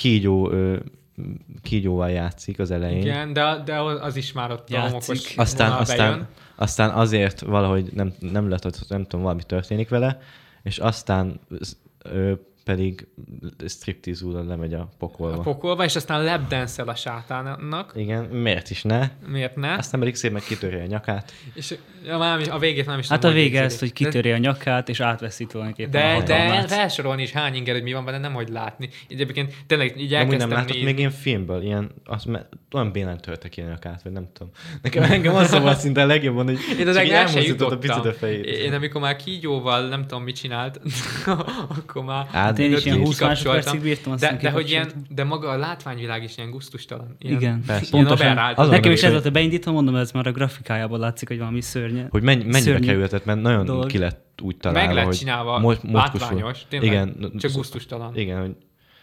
kígyóval játszik az elején. Igen, de az is már ott játszik. Aztán azért valahogy nem tudom, valami történik vele, és aztán pedig striptease rúdon lemegy a pokolba. A pokolba, és aztán lapdance-el a sátánnak. Igen, miért is ne? Miért ne? Aztán pedig szépen kitörje a nyakát. És a végét nem is hát tudom, a vége ez, hogy kitörje a nyakát, és átveszi tulajdonképpen a hatalmát. De felsorolni is hány inger, hogy mi van benne, nem hogy látni. Egyébként tényleg így elkezdtem nem látott még ilyen filmből, olyan bénán törtek ilyen nyakát, vagy nem tudom. Engem az szóval szinte a legjobban, hogy csak elmozdított a picit a fejét. Én amikor már kígyóval nem tudom mit csinált, akkor már én is ilyen 20 másodpercig bírtam, de hogy ilyen, de maga a látványvilág is ilyen gusztustalan. Igen, pontosan. Nekem is ez volt, beindítom, mondom, ez már a grafikájából látszik, hogy valami szörnyű. Hogy mennyibe kerültet, mert nagyon ki lett úgy találva, meg lett csinálva, látványos, tényleg, igen, csak gusztustalan. Igen, hogy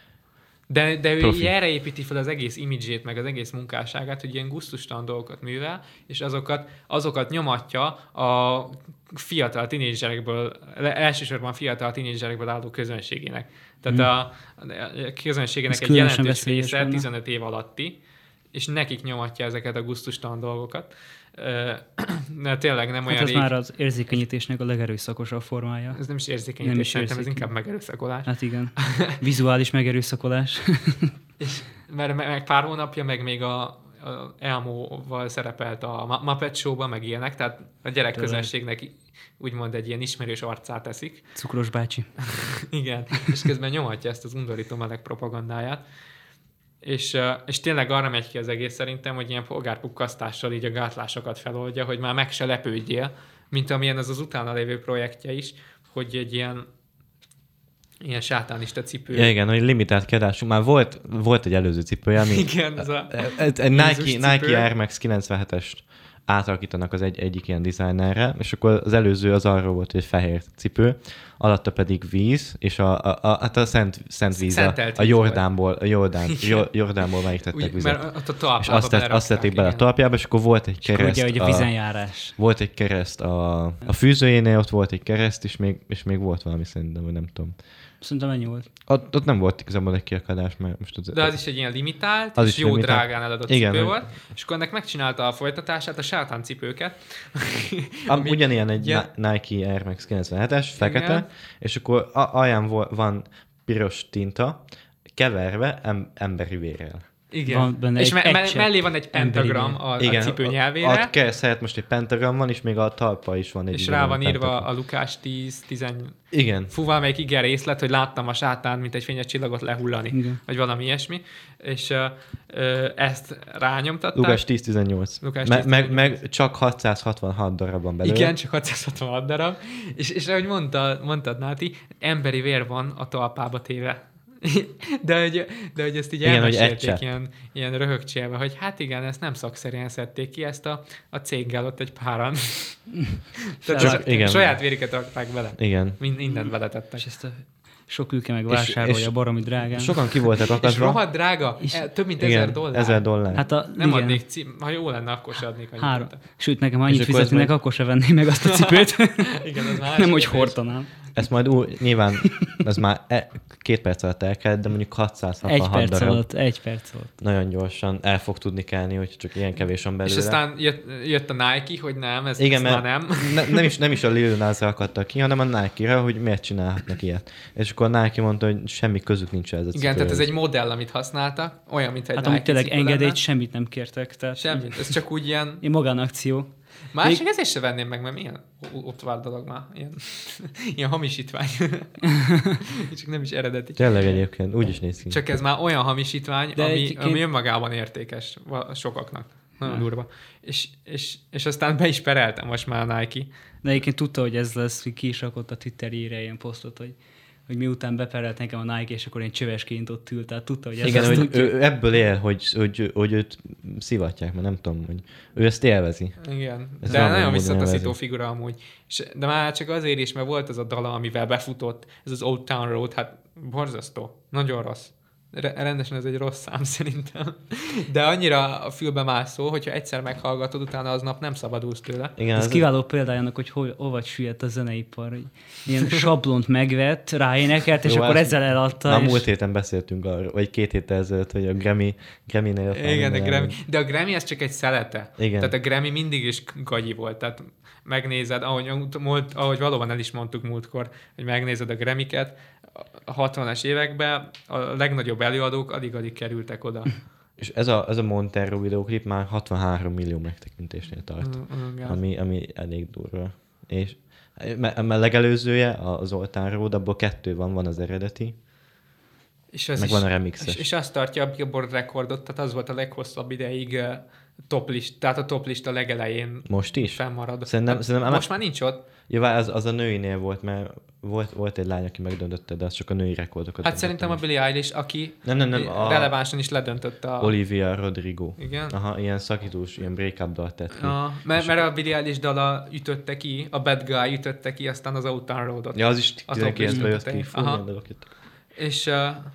de ő erre építi fel az egész imidzsét, meg az egész munkásságát, hogy ilyen gusztustalan dolgokat művel, és azokat nyomatja a fiatal tínédzserekből, elsősorban fiatal tínédzserekből álló közönségének. Tehát a közönségének egy jelentős része 15 év alatti, és nekik nyomatja ezeket a gusztustalan dolgokat. De tényleg nem olyan ez már az érzékenyítésnek a legerőszakosabb formája. Ez nem is érzékenyítés, szerintem ez inkább megerőszakolás. Hát igen. Vizuális megerőszakolás. És mert pár hónapja meg még a Elmo-val szerepelt a Muppet Show-ban, meg ilyenek, tehát a gyerekközönségnek úgymond egy ilyen ismerős arcát teszik. Cukros bácsi. Igen, és közben nyomatja ezt az undorító meleg propagandáját. És tényleg arra megy ki az egész szerintem, hogy ilyen polgárpukkasztással így a gátlásokat feloldja, hogy már meg se lepődjél, mint amilyen az utána lévő projektje is, hogy egy ilyen sátánista cipő. Ja, igen, hogy limitált kiadásunk. Már volt egy előző cipője, ami igen, ez a Nike Air Max 97-est átalakítanak az egyik ilyen designerre, és akkor az előző az arról volt, hogy egy fehér cipő, alatta pedig víz, és a szent víz, a Jordánból megítettek vizet. És azt tették bele a talpjába, és akkor volt egy kereszt. Ugye, a vizenjárás. Volt egy kereszt a fűzőjénél, ott volt egy kereszt, és még volt valami szerintem, vagy nem tudom. Szerintem ennyi volt. Ott nem volt igazából egy kiakadás, mert most de az is egy ilyen limitált, és jó drágán eladott cipő volt, és akkor ennek megcsinálta a folytatását, a sátáncipőket. Ugyanilyen egy Nike Air Max 97-es, fekete, igen. És akkor alján van piros tinta, keverve emberi vérrel. Igen, és mellé van egy pentagram a cipő nyelvére. A kereszt helyett most egy pentagram van, és még a talpa is van egy. És rá van írva a Lukás 10-10. Igen. Fú, valamelyik igen részlet, hogy láttam a sátán, mint egy fényes csillagot lehullani. Igen. Vagy valami ilyesmi. És ezt rányomtatták. Lukás 10-18. Meg csak 666 darab van belőle. Igen, csak 666 darab. És ahogy mondtad, Náti, emberi vér van a talpába téve. De hogy ezt így elmesélték ilyen röhögcsélve, hogy hát igen, ezt nem szakszerűen szedték ki, ezt a céggel ott egy páran. Tehát saját vériket rakták bele. Igen. Mindent beletettek. És ezt a sok ülke meg vásárolja baromi drágán. Sokan ki voltak akadva. És rohadt drága? Több mint $1000. Hát nem adnék ha jó lenne, akkor se adnék annyit. Sőt, nekem annyit fizetnének, akkor se venném meg azt a cipőt. Igen, az más. Nem, hogy hortanám. Ezt majd nyilván, ez már 2 perc alatt elkellt, de mondjuk 666 darab. 1 perc alatt. Nagyon gyorsan el fog tudni kelni, hogy csak ilyen kevés van belőle. És aztán jött a Nike, hogy nem, ez már nem. Nem is a Lil Nas-ra akadtak ki, hanem a Nike-ra, hogy miért csinálhatnak ilyet. És akkor a Nike mondta, hogy semmi közük nincs ez a cipőhöz. Igen, tehát ez egy modell, amit használtak, olyan, mint egy Nike cipő tényleg engedélyt, semmit nem kértek. Tehát semmit, ez csak úgy ilyen magánakció. Másik ezért se venném meg, mert milyen ott vár dolog már. Ilyen hamisítvány. Csak nem is eredeti. Tényleg egyébként, úgy is néz ki. Csak ez már olyan hamisítvány, ami önmagában értékes sokaknak. Nagyon durva. És aztán be is pereltem most már a Nike. De egyébként tudta, hogy ez lesz, hogy ki is rakott a Twitterjére ilyen posztot, hogy miután beperelt nekem a Nike, és akkor én csövesként ott ült, tehát tudta, hogy ez igen, hogy ő ebből él, hogy őt szivatják, mert nem tudom, hogy ő ezt élvezi. Igen, de nagyon visszataszító figura amúgy. De már csak azért is, mert volt az a dala, amivel befutott, ez az Old Town Road, hát borzasztó, nagyon rossz. Rendesen ez egy rossz szám szerintem. De annyira a fülbe mászó, hogyha egyszer meghallgatod, utána aznap nem szabadulsz tőle. Igen, ez kiváló példája annak, hogy hova süllyedt a zeneipar. Hogy ilyen sablont megvett, ráénekelt, és akkor ezzel eladta. Na, múlt héten beszéltünk arról, vagy 2 héttel ezelőtt, hogy a Grammy-nél... Igen, de a Grammy az csak egy szelete. Igen. Tehát a Grammy mindig is gagyi volt. Tehát megnézed, ahogy valóban el is mondtuk múltkor, hogy megnézed a Grammy-ket, a 60-as években a legnagyobb előadók alig kerültek oda. És ez a Montero videóklip már 63 millió megtekintésnél tart, ami elég durva. És a legelőzője, az Old Town Road, abból 2 van az eredeti, és meg van a remixes. És azt tartja a Billboard rekordot, tehát az volt a leghosszabb ideig tehát a toplista legelején most is fennmarad. Szerintem most már nincs ott. Ja, az a nőinél volt, mert volt egy lány, aki megdöntötte, de az csak a női rekordokat. Hát szerintem a Billie Eilish, aki relevánsan is ledöntötte a... Olivia Rodrigo. Igen? Aha, ilyen szakítós, ilyen break-up dalt tett ki. Mert a Billie Eilish dala ütötte ki, a Bad Guy ütötte ki, aztán az Old Town Road-ot. Ja, az is 19-ben jött ki. És...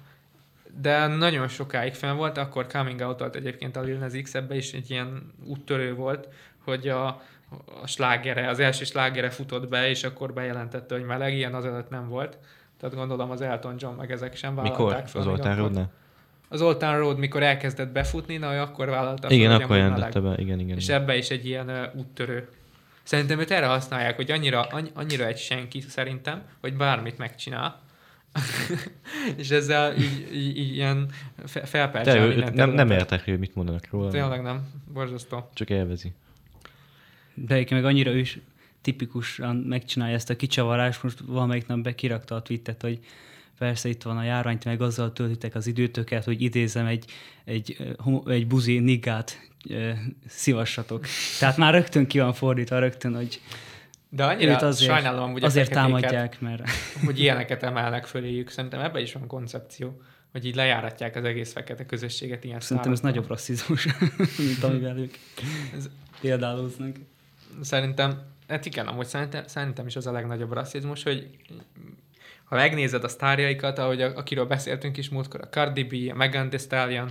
de nagyon sokáig fenn volt, akkor coming out-olt egyébként a Lil Nas X, ebbe is egy ilyen úttörő volt, hogy a slágere, az első slágere futott be, és akkor bejelentette, hogy meleg, ilyen azelőtt nem volt. Tehát gondolom az Elton John meg ezek sem vállalták fel. Mikor? Az Old Town Road-nál? Az Old Town Road, mikor elkezdett befutni, na ő akkor vállalta fel, igen, akkor jelentette be, igen. És ebbe is egy ilyen úttörő. Szerintem őt erre használják, hogy annyira egy senki szerintem, hogy bármit megcsinál. És ezzel így ilyen felpercsel mindent. Nem értek, hogy mit mondanak róla. Tényleg nem. Borzasztó. Csak élvezi. De egyébként meg annyira ő is tipikusan megcsinálja ezt a kicsavarást. Most valamelyik nap kirakta a tweetet, hogy persze itt van a járványt, meg azzal töltitek az időtöket, hogy idézem egy buzi niggát szívassatok. Tehát már rögtön ki van fordítva, rögtön, hogy de annyira sajnálom, hogy azért támadják, mert... hogy ilyeneket emelnek föléjük. Szerintem ebben is van koncepció, hogy így lejáratják az egész fekete közösséget ilyen szerintem ez nagyobb rasszizmus, mint amivel ők példálóznak. Szerintem, hát igen, amúgy szerintem is az a legnagyobb rasszizmus, hogy ha megnézed a sztárjaikat, ahogy akiről beszéltünk is múltkor, a Cardi B, a Megan Thee Stallion,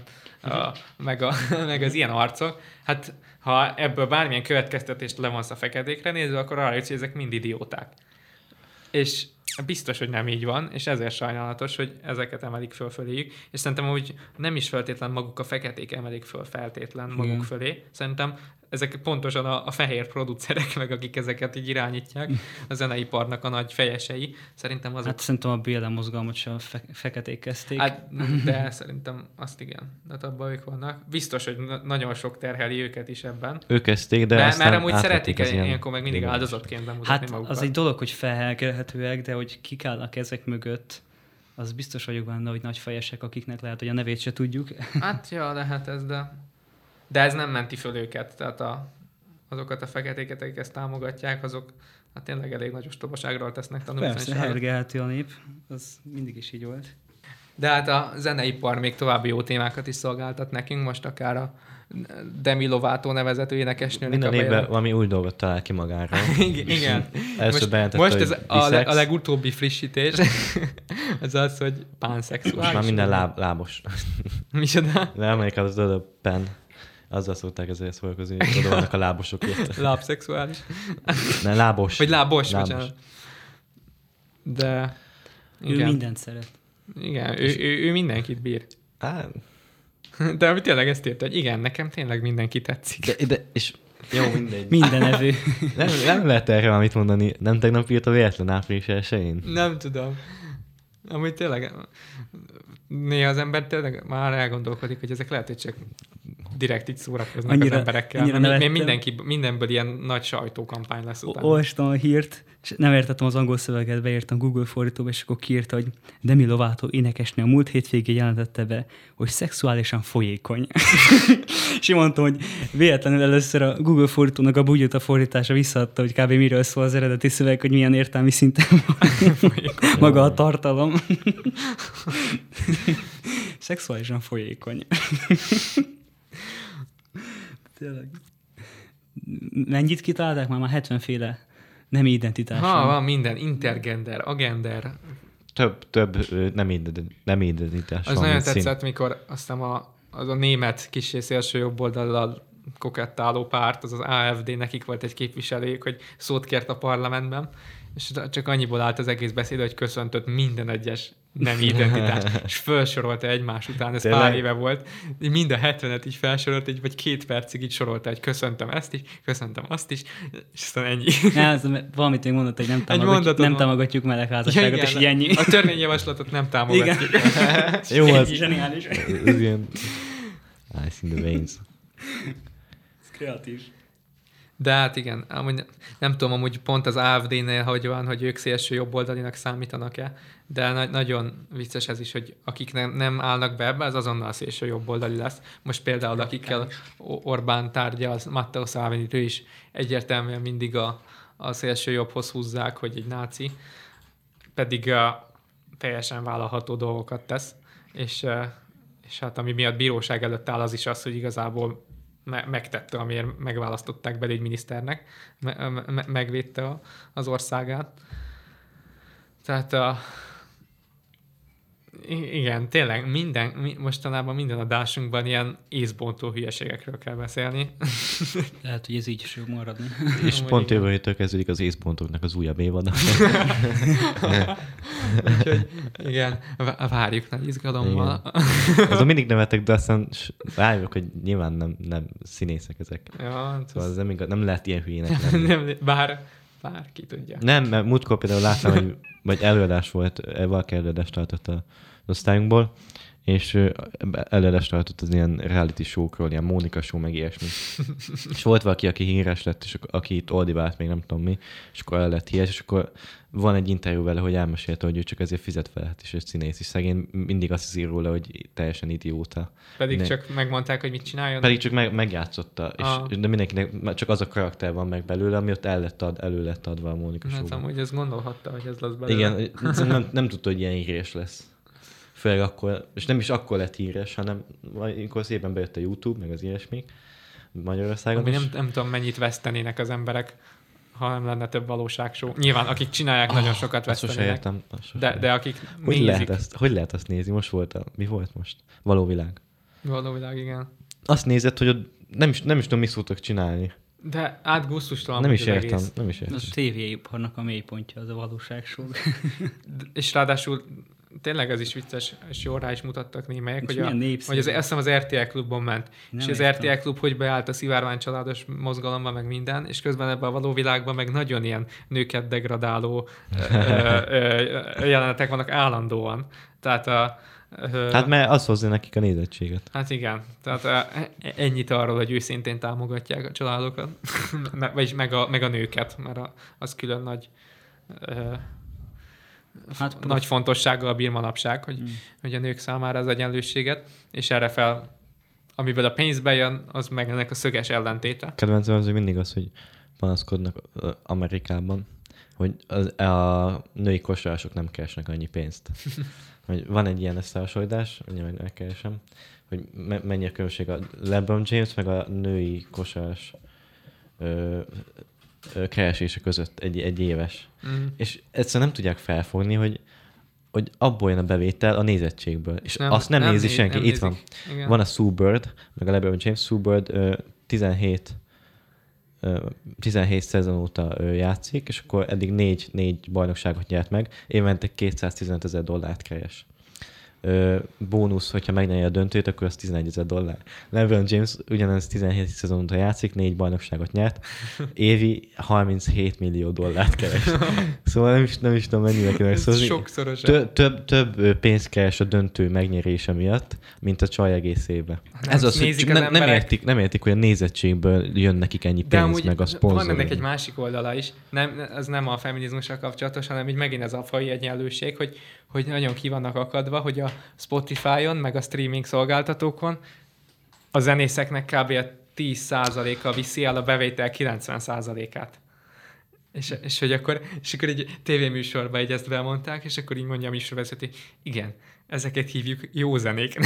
meg az ilyen arcok, hát ha ebből bármilyen következtetést levonsz a feketékre nézve, akkor arra jutsz, hogy ezek mind idióták. És biztos, hogy nem így van, és ezért sajnálatos, hogy ezeket emelik föléjük, és szerintem úgy nem is feltétlen maguk a feketék emelik föl feltétlen maguk fölé. Szerintem ezek pontosan a fehér producerek, meg akik ezeket így irányítják, a zeneiparnak a nagy fejesei. Szerintem azok... Hát szerintem a BLM mozgalmat sem feketék kezdték. Hát, de szerintem azt igen. De abban ők vannak. Biztos, hogy nagyon sok terheli őket is ebben. Ők kezdték, de aztán mert amúgy szeretik ilyenkor meg mindig áldozatként bemutatni hát magukat. Az egy dolog, hogy felhelkelhetőek, de hogy kik állnak ezek mögött, az biztos vagyok benne, hogy nagy fejesek, akiknek lehet, hogy a nevét se tudjuk. Hát ja, lehet ez, de ez nem menti föl őket. Tehát azokat a feketéket, akik ezt támogatják, azok hát tényleg elég nagy ostobaságról tesznek tanulmányokat. Persze, hergelhető a nép. Az mindig is így volt. De hát a zeneipar még további jó témákat is szolgáltat nekünk, most akár a Demi Lovato nevezető énekesnőnek. Minden évben valami új dolgot talál ki magáról. Igen. Most ez a legutóbbi frissítés, az az, hogy pánszexuális. Most már minden lábos. Micsoda? De emlékel az a pen. Azzal szokták ezért szórakozni, hogy oda vannak a lábosok érte. Lábszexuális? Ne, lábos. Vagy lábos. De... Igen. Ő mindent szeret. Igen, ő mindenkit bír. De ami tényleg ezt írta, hogy igen, nekem tényleg mindenki tetszik. De és jó, mindegy. Minden evő. Nem lehet erre valamit mondani. Nem tegnap írt a véletlen április 1-én? Nem tudom. Amúgy tényleg néha az ember tényleg már elgondolkodik, hogy ezek lehet, hogy csak direkt így szórakoznak az emberekkel. Mindenből ilyen nagy sajtókampány lesz utána. Olvastam a hírt, és nem értettem az angol szöveget, beírtam Google fordítóba, és akkor kiírta, hogy Demi Lovato énekesnő a múlt hétvégén jelentette be, hogy szexuálisan folyékony. És én mondtam, hogy véletlenül először a Google fordítónak a bugyuta fordítása visszaadta, hogy kb. Miről szól az eredeti szöveg, hogy milyen értelmi szinten maga a tartalom. Szexuálisan folyékony. Tényleg. Mennyit kitalálták? Már 70 féle nemi identitás. Van minden. Intergender, agender. Több nem identitás. Az nagyon tetszett, mikor aztán az a német kissé szélső jobboldallal kokettáló párt, az AfD, nekik volt egy képviselőjük, hogy szót kért a parlamentben, és csak annyiból állt az egész beszéd, hogy köszöntött minden egyes nemi identitást, és felsorolta egymás után, ez pár éve volt, mind a 70-et így felsorolt, vagy 2 percig így sorolta, hogy köszöntem ezt is, köszöntem azt is, és aztán ennyi. Valamit még mondott, hogy nem támogatjuk melegházasságot, és ennyi. A törvényjavaslatot nem támogatjuk. Jó, az zseniális. Ez ilyen ice in the veins. Ez kreatív. De hát igen, nem tudom, amúgy pont az AfD-nél hogy van, hogy ők szélső jobboldalinak számítanak-e, de nagyon vicces ez is, hogy akik nem állnak be ebbe, az azonnal szélső jobboldali lesz. Most például akikkel Orbán tárgyal, Matteo Salvini, ő is egyértelműen mindig a szélső jobbhoz húzzák, hogy egy náci, pedig teljesen vállalható dolgokat tesz, és hát ami miatt bíróság előtt áll, az is az, hogy igazából megtette, amiért megválasztották belügyminiszternek, megvédte az országát. Tehát igen, tényleg mostanában minden adásunkban ilyen észbontó hülyeségekről kell beszélni. Lehet, hogy ez így is fog maradni. És pont jövő héttől kezdődik az észbontoknak az újabb évada. Úgyhogy igen, várjuk nagy izgalommal. Azon mindig nevetek, de aztán rájövök, hogy nyilván nem színészek ezek. Ja, szóval nem lehet ilyen hülyének lenni. Bár ki tudja. Nem, mert múltkor például láttam, hogy előadás volt, valaki előadást tartott az osztályunkból, és előadást tartott az ilyen reality show-król, ilyen Mónika show, meg ilyesmi. És volt valaki, aki híres lett, és aki itt ordivált, még nem tudom mi, és akkor el lett híres, és akkor van egy interjú vele, hogy elmesélte, hogy ő csak ezért fizetve lehet, és ő színész, és szegény mindig azt hiszi róla, hogy teljesen idióta. Pedig csak megmondták, hogy mit csináljon? Pedig csak megjátszotta, de mindenkinek csak az a karakter van meg belőle, ami ott elő lett adva a Mónika show-ban. Hát amúgy ezt gondolhatta, hogy ez lesz belőle. Igen, nem tudta, hogy ilyen híres lesz. Főleg akkor, és nem is akkor lett híres, hanem amikor szépen bejött a YouTube, meg az ilyesmik Magyarországon. Ami nem tudom, mennyit vesztenének az emberek, ha nem lenne több valóságshow. Nyilván, akik csinálják, nagyon sokat vesztenének. De akik nézik. Hogy lehet azt nézni? Most mi volt most? Való világ. Való világ, igen. Azt nézed, hogy nem is tudom, mit szoktak csinálni. De gusztustalan. Nem is értem. A tévéiparnak a mélypontja az a valóságshow. És ráadásul tényleg ez is vicces, és jól rá is mutattak némelyek, hogy azt hiszem az RTL klubban ment. Nem és az RTL klub hogy beállt a szivárvány családos mozgalomba, meg minden, és közben ebben a való világban meg nagyon ilyen nőket degradáló jelenetek vannak állandóan. Tehát hát mert az hozza nekik a nézettséget. Hát igen. Tehát ennyit arról, hogy őszintén támogatják a családokat, vagyis meg a nőket, mert az külön nagy fontossággal bír manapság, hogy a nők számára az egyenlőséget, és erre amiből a pénzbe jön, az meg ennek a szöges ellentéte. Kedvencem az, hogy mindig az, hogy panaszkodnak Amerikában, hogy a női kosarasok nem keresnek annyi pénzt. Hogy van egy ilyen összehasonlítás, mindjárt megkeresem, hogy mennyi a különbség a LeBron James meg a női kosaras keresése között egy éves. És egyszerűen nem tudják felfogni, hogy abból jön a bevétel a nézettségből. És azt nem nézi senki. Itt van. Igen. Van a Sue Bird, meg a LeBron James. Sue Bird 17 szezon óta játszik, és akkor eddig 4 bajnokságot nyert meg. Évente $215,000 keres. bónusz, hogyha megnyerje a döntőt, akkor az $11,000. LeBron James ugyanez 17 szezon óta játszik, 4 bajnokságot nyert, évi $37 millió keres. Szóval nem is tudom mennyire kell megszózni. Sokszoros. Több pénzt keres a döntő megnyerése miatt, mint a csaj egész évben. Ez az, hogy nem értik, hogy a nézettségből jön nekik ennyi pénz, meg a szponzor. Van ennek egy másik oldala is. Ez nem a feminizmussal kapcsolatos, hanem így megint ez a fai egyenlőség, hogy nagyon ki vannak akadva, hogy a Spotify-on, meg a streaming szolgáltatókon a zenészeknek kb. 10%-a viszi el a bevétel 90%-át. És hogy akkor egy tévéműsorban így ezt bemondták, és akkor így mondja a műsorvezető, igen, ezeket hívjuk jó zenéknek.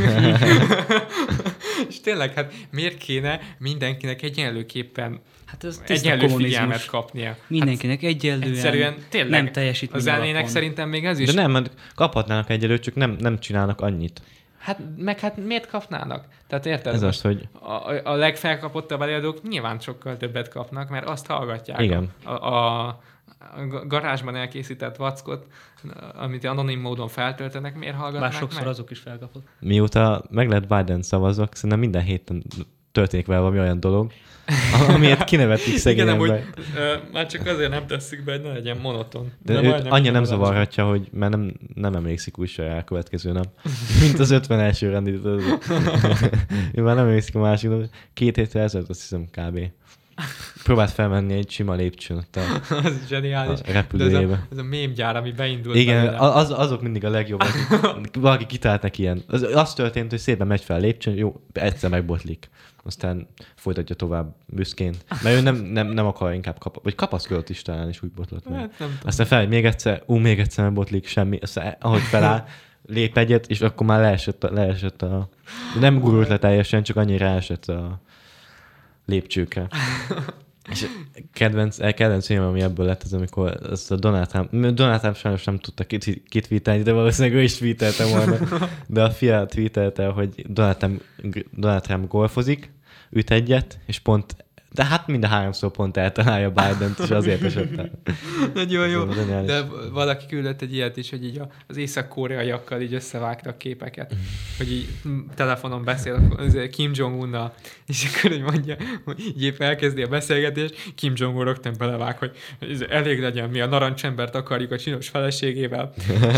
És tényleg, hát miért kéne mindenkinek egyenlőképpen egyenlő figyelmet kapnia? Mindenkinek egyenlően nem teljesítmény. A zenének szerintem még ez is. De nem, kaphatnának egyenlőt, csak nem csinálnak annyit. Hát miért kapnának? Tehát érted? Ez az, hogy... A legfelkapottabb előadók nyilván sokkal többet kapnak, mert azt hallgatják. Igen. A garázsban elkészített vackot, amit anonim módon feltöltenek, miért hallgatnak bár sokszor azok is felkapott. Mióta meg lett Biden szavazok, szerintem minden héten történik vele valami olyan dolog, amiért kinevetik szegény ember. Már csak azért nem tesszük be, hogy ne legyen monoton. De őt annyi nem zavarhatja, hogy mert nem emlékszik úgy se elkövetkező nap. Mint az 51. rendi. Ő már nem emlékszik a másik nap. 2 héttel ezelőtt azt hiszem kb. Próbált felmenni egy sima lépcsőn ott az zseniális. A repülőjébe. Ez a mémgyár, ami beindult. Igen, azok mindig a legjobbak. Valaki kitalált neki ilyen. Az történt, hogy szépen megy fel a lépcsőn, jó, egyszer megbotlik. Aztán folytatja tovább büszkén. Mert ő nem akar inkább vagy kapaszkodott is talán, és úgy botlott meg. Aztán fel, még egyszer megbotlik, semmi. Aztán ahogy feláll, lép egyet, és akkor már leesett a... Nem gurult le teljesen, csak annyira esett a lépcsőkre. És kedvenc film, ami ebből lett, az amikor az a Donald Trump sajnos nem tudta kitweetelni, de valószínűleg ő is tweetelte volna. De a fia tweetelte, hogy Donald Trump golfozik, üt egyet, és pont, de hát mind a 3-szor pont eltalálja Bident, és azért esett el. Nagyon jó. De valaki küldött egy ilyet is, hogy így az észak-koreaiakkal így összevágtak képeket, hogy így telefonon beszél Kim Jong-unnal, és akkor így mondja, hogy így épp elkezdi a beszélgetést, Kim Jong-un rögtön belevág, hogy elég legyen, mi a narancsembert akarjuk a csinos feleségével.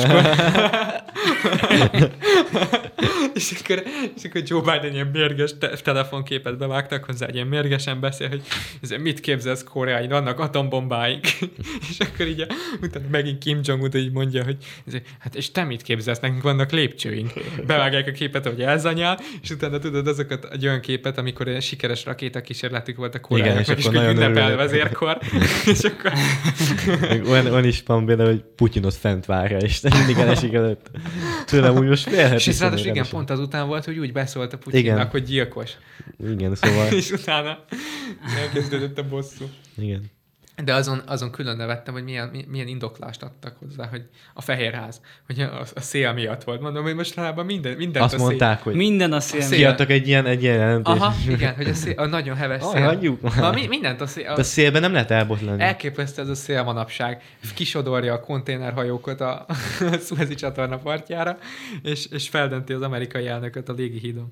És akkor Joe Biden ilyen mérges telefonképet bevágtak hozzá, egy ilyen mérgesen beszél, hogy mit képzelsz Koreáin, vannak atombombáink. És akkor így utána megint Kim Jong-un így mondja, hogy hát és te mit képzelsz, nekünk vannak lépcsőink. Bevágják a képet, hogy elzanyál, és utána tudod azokat egy olyan képet, amikor egy sikeres rakétakísérletük volt a Koreának, és hogy ünnepel vezérkor. És akkor... Olyan is van például, hogy Putyin ott fent várja, és mindig elesik előtt. Tőlem úgy most félhet. És ráadásul igen, pont azután volt, hogy úgy beszólt a Putyinnak, hogy gyilkos. Igen, szóval... És utána elkezdődött a bosszú. Igen. De azon külön nevettem, hogy milyen indoklást adtak hozzá, hogy a Fehérház, hogy a szél miatt volt. Mondom, hogy mostanában mindent azt a szél. Mondták, hogy minden a szél. Kiadtak egy ilyen jelentést. Aha, igen, hogy a nagyon heves szél. Hagyjuk már. Mindent a szél. De a szélben nem lehet elbotlani. Elképesztő ez a szél manapság. Kisodorja a konténerhajókat a Szuezi csatorna partjára, és feldönti az amerikai elnököt a légihídon.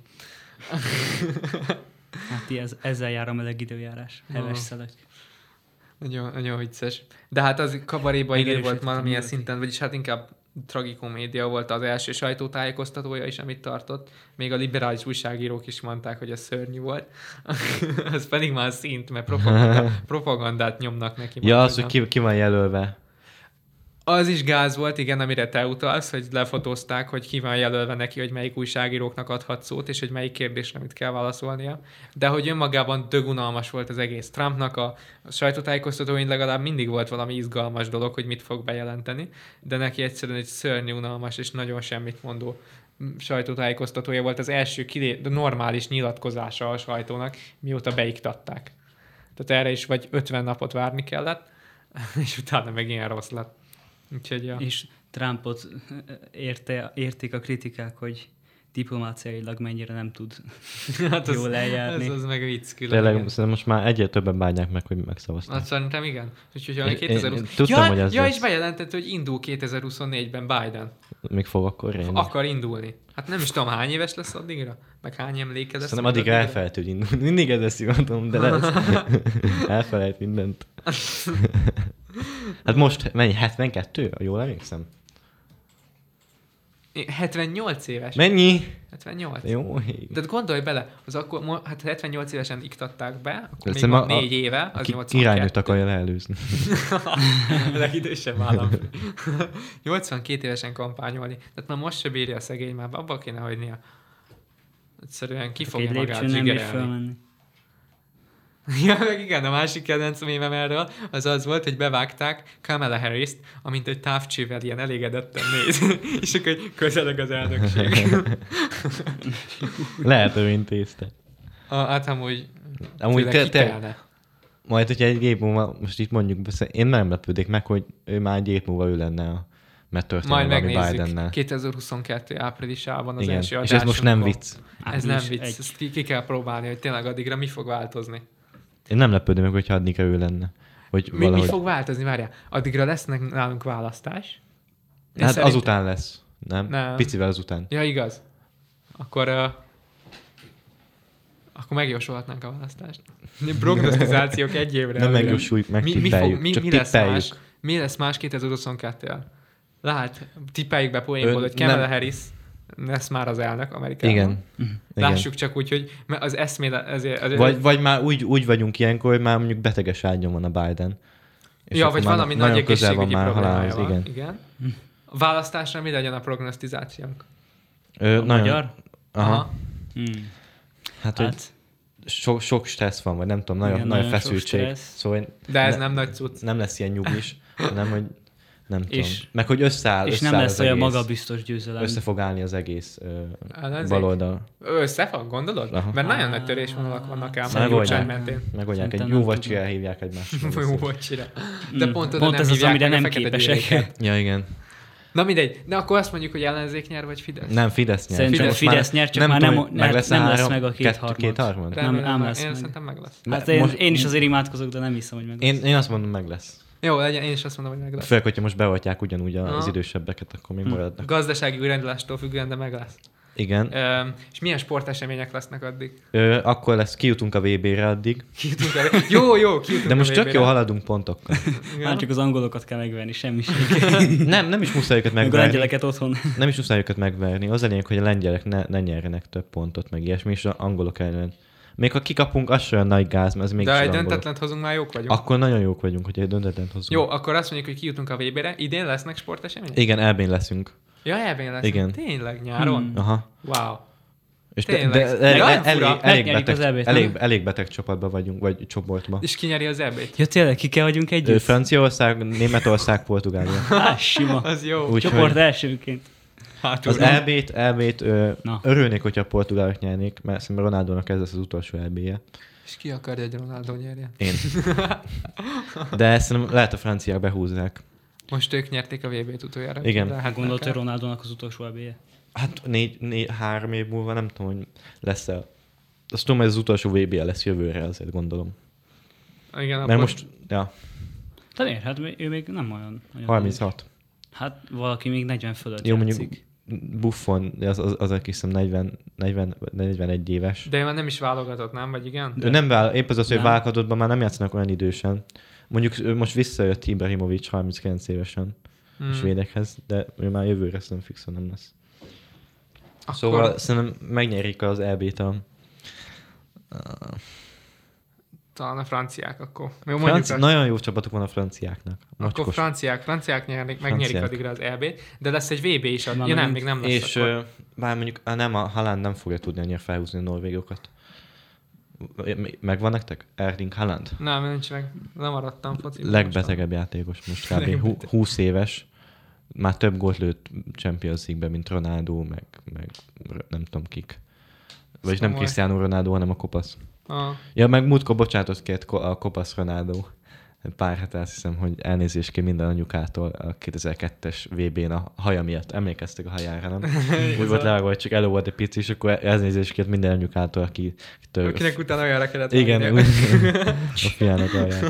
Hát ezzel jár a meleg időjárás. Heves szelek. Nagyon vicces. De hát az kabaréba ír volt valamilyen szinten, vagyis hát inkább tragikomédia volt az első sajtótájékoztatója is, amit tartott. Még a liberális újságírók is mondták, hogy ez szörnyű volt. Ez pedig már szint, mert propagandát nyomnak neki. Ja, az, hogy ki van jelölve. Az is gáz volt, igen, amire te utalsz, hogy lefotózták, hogy ki van jelölve neki, hogy melyik újságíróknak adhat szót, és hogy melyik kérdésre mit kell válaszolnia. De hogy önmagában dögunalmas volt az egész. Trumpnak a sajtótájékoztatóin legalább mindig volt valami izgalmas dolog, hogy mit fog bejelenteni, de neki egyszerűen egy szörnyű unalmas és nagyon semmit mondó sajtótájékoztatója volt az első normális nyilatkozása a sajtónak, mióta beiktatták. Tehát erre is vagy 50 napot várni kellett, és utána meg ilyen rossz lett. Úgyhogy, ja. És Trumpot érték a kritikák, hogy diplomáciailag mennyire nem tud hát jól eljárni. Ez meg vicc külön. Tényleg, szerintem most már egyre többen bánják meg, hogy megszavazták. Hát szerintem igen. Úgyhogy tudtam, hogy ez ja, lesz. és bejelentett, hogy indul 2024-ben Biden. Még fog akkor élni. Akar indulni. Hát nem is tudom, hány éves lesz addigra? Meg hány emléke lesz? Szerintem addigra elfelejt, hogy indul. Mindig ez lesz mondom, de lesz. Elfelejt mindent. Hát most mennyi? 72? Jól emlékszem? 78 éves. Mennyi? 78. Jó. De gondolj bele, az akkor, hát 78 évesen iktatták be, akkor Szerintem még van 4 éve, az 82. Iránynőt akarja leelőzni. A legidősebb állam. 82 évesen kampányolni. Tehát már most se bírja a szegény, már abba kéne hagynia. Egyszerűen ki fogja magát zsigerelni. Ja, meg igen, a másik kedvenc mémem erről az volt, hogy bevágták Kamala Harris-t, amint egy távcsővel ilyen elégedetten néz, és akkor közeleg az elnökség. Lehet, hogy intézte. Hát amúgy te majd, hogyha egy év múlva, most itt mondjuk, én nem lepődik meg, hogy ő már egy év múlva ő lenne mert történelmi majd megnézzük. Bidennel. 2022 áprilisában az igen. első és ez most nem vicc. Ez nem vicc, ezt ki kell próbálni, hogy tényleg addigra mi fog változni. Én nem lepődöm meg, hogyha addigra ő lenne. Hogy mi fog változni, várjál? Addigra lesznek nálunk választás? Hát szerintem... azután lesz. Nem? Picivel azután. Ja, igaz. Akkor megjósolhatnánk a választást. Prognosztizációk egy évre. Nem megjósoljuk, megtippeljük. Csak tippeljük. Mi lesz más 2022-el? Lehet, tippeljük be poénból, hogy Kamala Harris lesz már az elnök Amerikában. Igen. Lássuk csak úgy, hogy az eszméle... Vagy már úgy vagyunk ilyenkor, hogy már mondjuk beteges ágyon van a Biden. És ja, vagy valami nagy egészségügyi problémája van. Igen. A választásra mi legyen a prognosztizációnk? Magyar? Aha. Hát, hogy sok stressz van, vagy nem tudom, nagyon feszültség. Szóval de ez nem nagy cucc. Nem lesz ilyen nyugis, hanem hogy nem tudom. Meg hogy összeáll. És nem lesz olyan magabiztos győzelem. Össze fog állni az egész baloldal. Össze fog, gondolod? Aha. Mert nagyon nagy törésvonalak vannak ám a gyurcsány mentén. Megoldják, egy jó vacsira hívják egymást. Jó vacsira. De pont oda nem ez az, amire nem képesek. Ja, igen. Na mindegy, de akkor azt mondjuk, hogy ellenzék nyer, vagy Fidesz? Nem, Fidesz nyer. Szerintem Fidesz nyer, csak már nem lesz meg a kétharmad. Nem lesz meg. Szerintem meg lesz. Hát én is azért imádkozok, de nem hiszem, hogy meg lesz. Én azt mondom, meg lesz. Jó, legyen, én is azt mondom, hogy meg lesz. Főleg, hogyha most beoltják ugyanúgy az idősebbeket, akkor még maradnak. Gazdasági újraindulástól függően, de meg lesz. Igen. És milyen sportesemények lesznek addig? Akkor kijutunk a VB-re addig. Jó, kijutunk. De most tök jó haladunk pontokkal. Már csak az angolokat kell megverni, semmiség. nem is muszáj őket megverni. Meg a lengyeleket otthon. Nem is muszáj őket megverni. Az a lényeg, hogy a lengyelek ne nyerjenek több pontot, meg ilyesmi, és az angolok ellen. Még ha kikapunk, az olyan nagy gáz, mert ez még de egy döntetlent hozunk, már jók vagyunk. Akkor nagyon jók vagyunk, hogy egy döntetlent hozunk. Jó, akkor azt mondjuk, hogy kijutunk a VB-re. Idén lesznek sportesemények? Igen, elbén leszünk. Ja, elbén leszünk. Igen. Tényleg, nyáron? Aha. Wow. És elég beteg csapatban vagyunk, vagy csoportban. És ki nyeri az EB-t? Ja, tényleg, ki kell vagyunk együtt? Franciaország, Németország, Portugália. Sima. Az jó. Úgy, csoport elsőként. Az EB-t örülnék, hogyha a portugálok nyernék, mert szerintem Ronaldónak ez lesz az utolsó EB-je. És ki akarja, hogy Ronaldo nyerjen? Én. De szerintem lehet a franciák behúzzák. Most ők nyerték a VB-t utoljára. Igen. Hát gondolt, hogy Ronaldónak az utolsó EB-je? Hát 3 év múlva nem tudom, hogy lesz-e. Azt tudom, hogy az utolsó VB-je lesz jövőre, azért gondolom. Igen, mert most, ja. Talán hát ő még nem olyan 36. Hát valaki még 40 fölött jó, játszik. Mondjuk Buffon, az aki hiszem 41 éves. De ő már nem is válogatott, nem? Vagy igen? Ő nem épp az, hogy válogatottban már nem játszanak olyan idősen. Mondjuk most visszajött Ibrahimovic 39 évesen a svédekhez, de ő már jövőre szerintem fixen nem lesz. Akkor... Szóval szerintem megnyerik az EB-t talán a franciák akkor. Jó, nagyon jó csapatok van a franciáknak. Akkor franciák megnyerik addigra az EB-t, de lesz egy VB is. Még nem lesz. És bár mondjuk a Haaland nem fogja tudni annyira felhúzni a norvégokat. Megvan nektek? Erling Haaland? Nem, nincs meg. Nem maradtam fociban. Legbetegebb játékos most kb. 20 éves. Már több gólt lőtt Champions League-ben, mint Ronaldo, meg nem tudom kik. Vagyis nem Cristiano Ronaldo, hanem a kopasz. Ja, meg múltkor bocsánatot kért a kopasz Ronaldo. pár hete azt hiszem, hogy elnézést kér minden anyukától a 2002-es VB-n a haja miatt. Emlékeztek a hajára, nem? Úgy volt levágva, hogy csak elő volt egy pici, és akkor elnézést kért minden anyukától, akinek utána olyanra kellett igen, a fiának alján.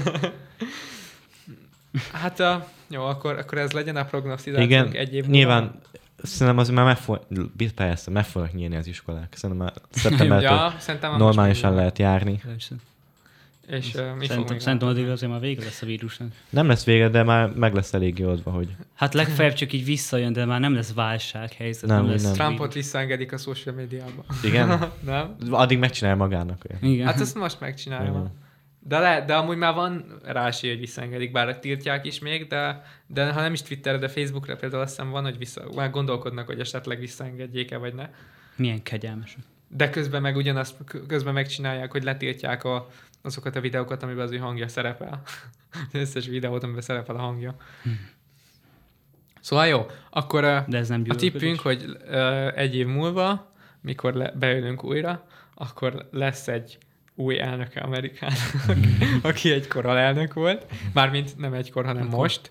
Hát jó, akkor ez legyen a prognosztizációnk egy év múlva. Nyilván szerintem az már meg fognak nyílni az iskolák. Szerintem már szeptembertől normálisan lehet járni. És szerintem addig azért már vége lesz a vírusnak. Nem lesz vége, de már meg lesz eléggé oldva, hogy... Hát legfeljebb csak így visszajön, de már nem lesz válsághelyzet. Nem lesz Trumpot visszaengedik a social médiába. Igen? Nem? Addig megcsinálja magának. Igen. Hát ezt most megcsinálja. De amúgy már van rá esély, hogy visszaengedik, bár tiltják is még, de ha nem is Twitterre, de Facebookra például azt hiszem van, hogy már gondolkodnak, hogy esetleg visszaengedjék-e, vagy ne. Milyen kegyelmes. De közben meg ugyanazt megcsinálják, hogy letiltják azokat a videókat, amiben az ő hangja szerepel. Az összes videót, amiben szerepel a hangja. Szóval jó, akkor de ez nem a tippünk, hogy egy év múlva, mikor beülünk újra, akkor lesz egy új elnöke Amerikának, aki egykor alelnök volt, mármint nem egykor, hanem most,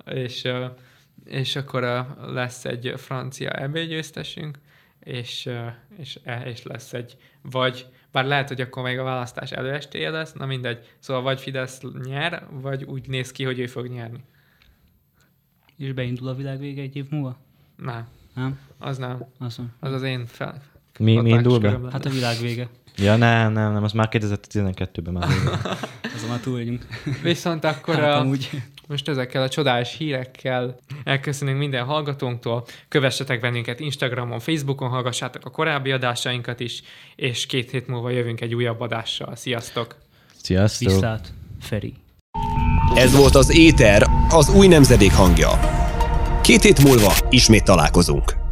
és akkor lesz egy francia EB-győztesünk, és lesz egy, vagy bár lehet, hogy akkor még a választás előestéje lesz, na mindegy, szóval vagy Fidesz nyer, vagy úgy néz ki, hogy ő fog nyerni. És beindul a világ vége egy év múlva? Nem? Az nem. Az az én fel. Mi indul be? Hát a világ vége. Ja, nem, az már 2012-ben már vége. Azon már túl vagyunk. Viszont akkor most ezekkel a csodás hírekkel elköszönünk minden hallgatónktól. Kövessetek bennünket Instagramon, Facebookon, hallgassátok a korábbi adásainkat is, és 2 hét múlva jövünk egy újabb adással. Sziasztok! Sziasztok! Viszlát, Feri! Ez volt az Éter, az új nemzedék hangja. 2 hét múlva ismét találkozunk.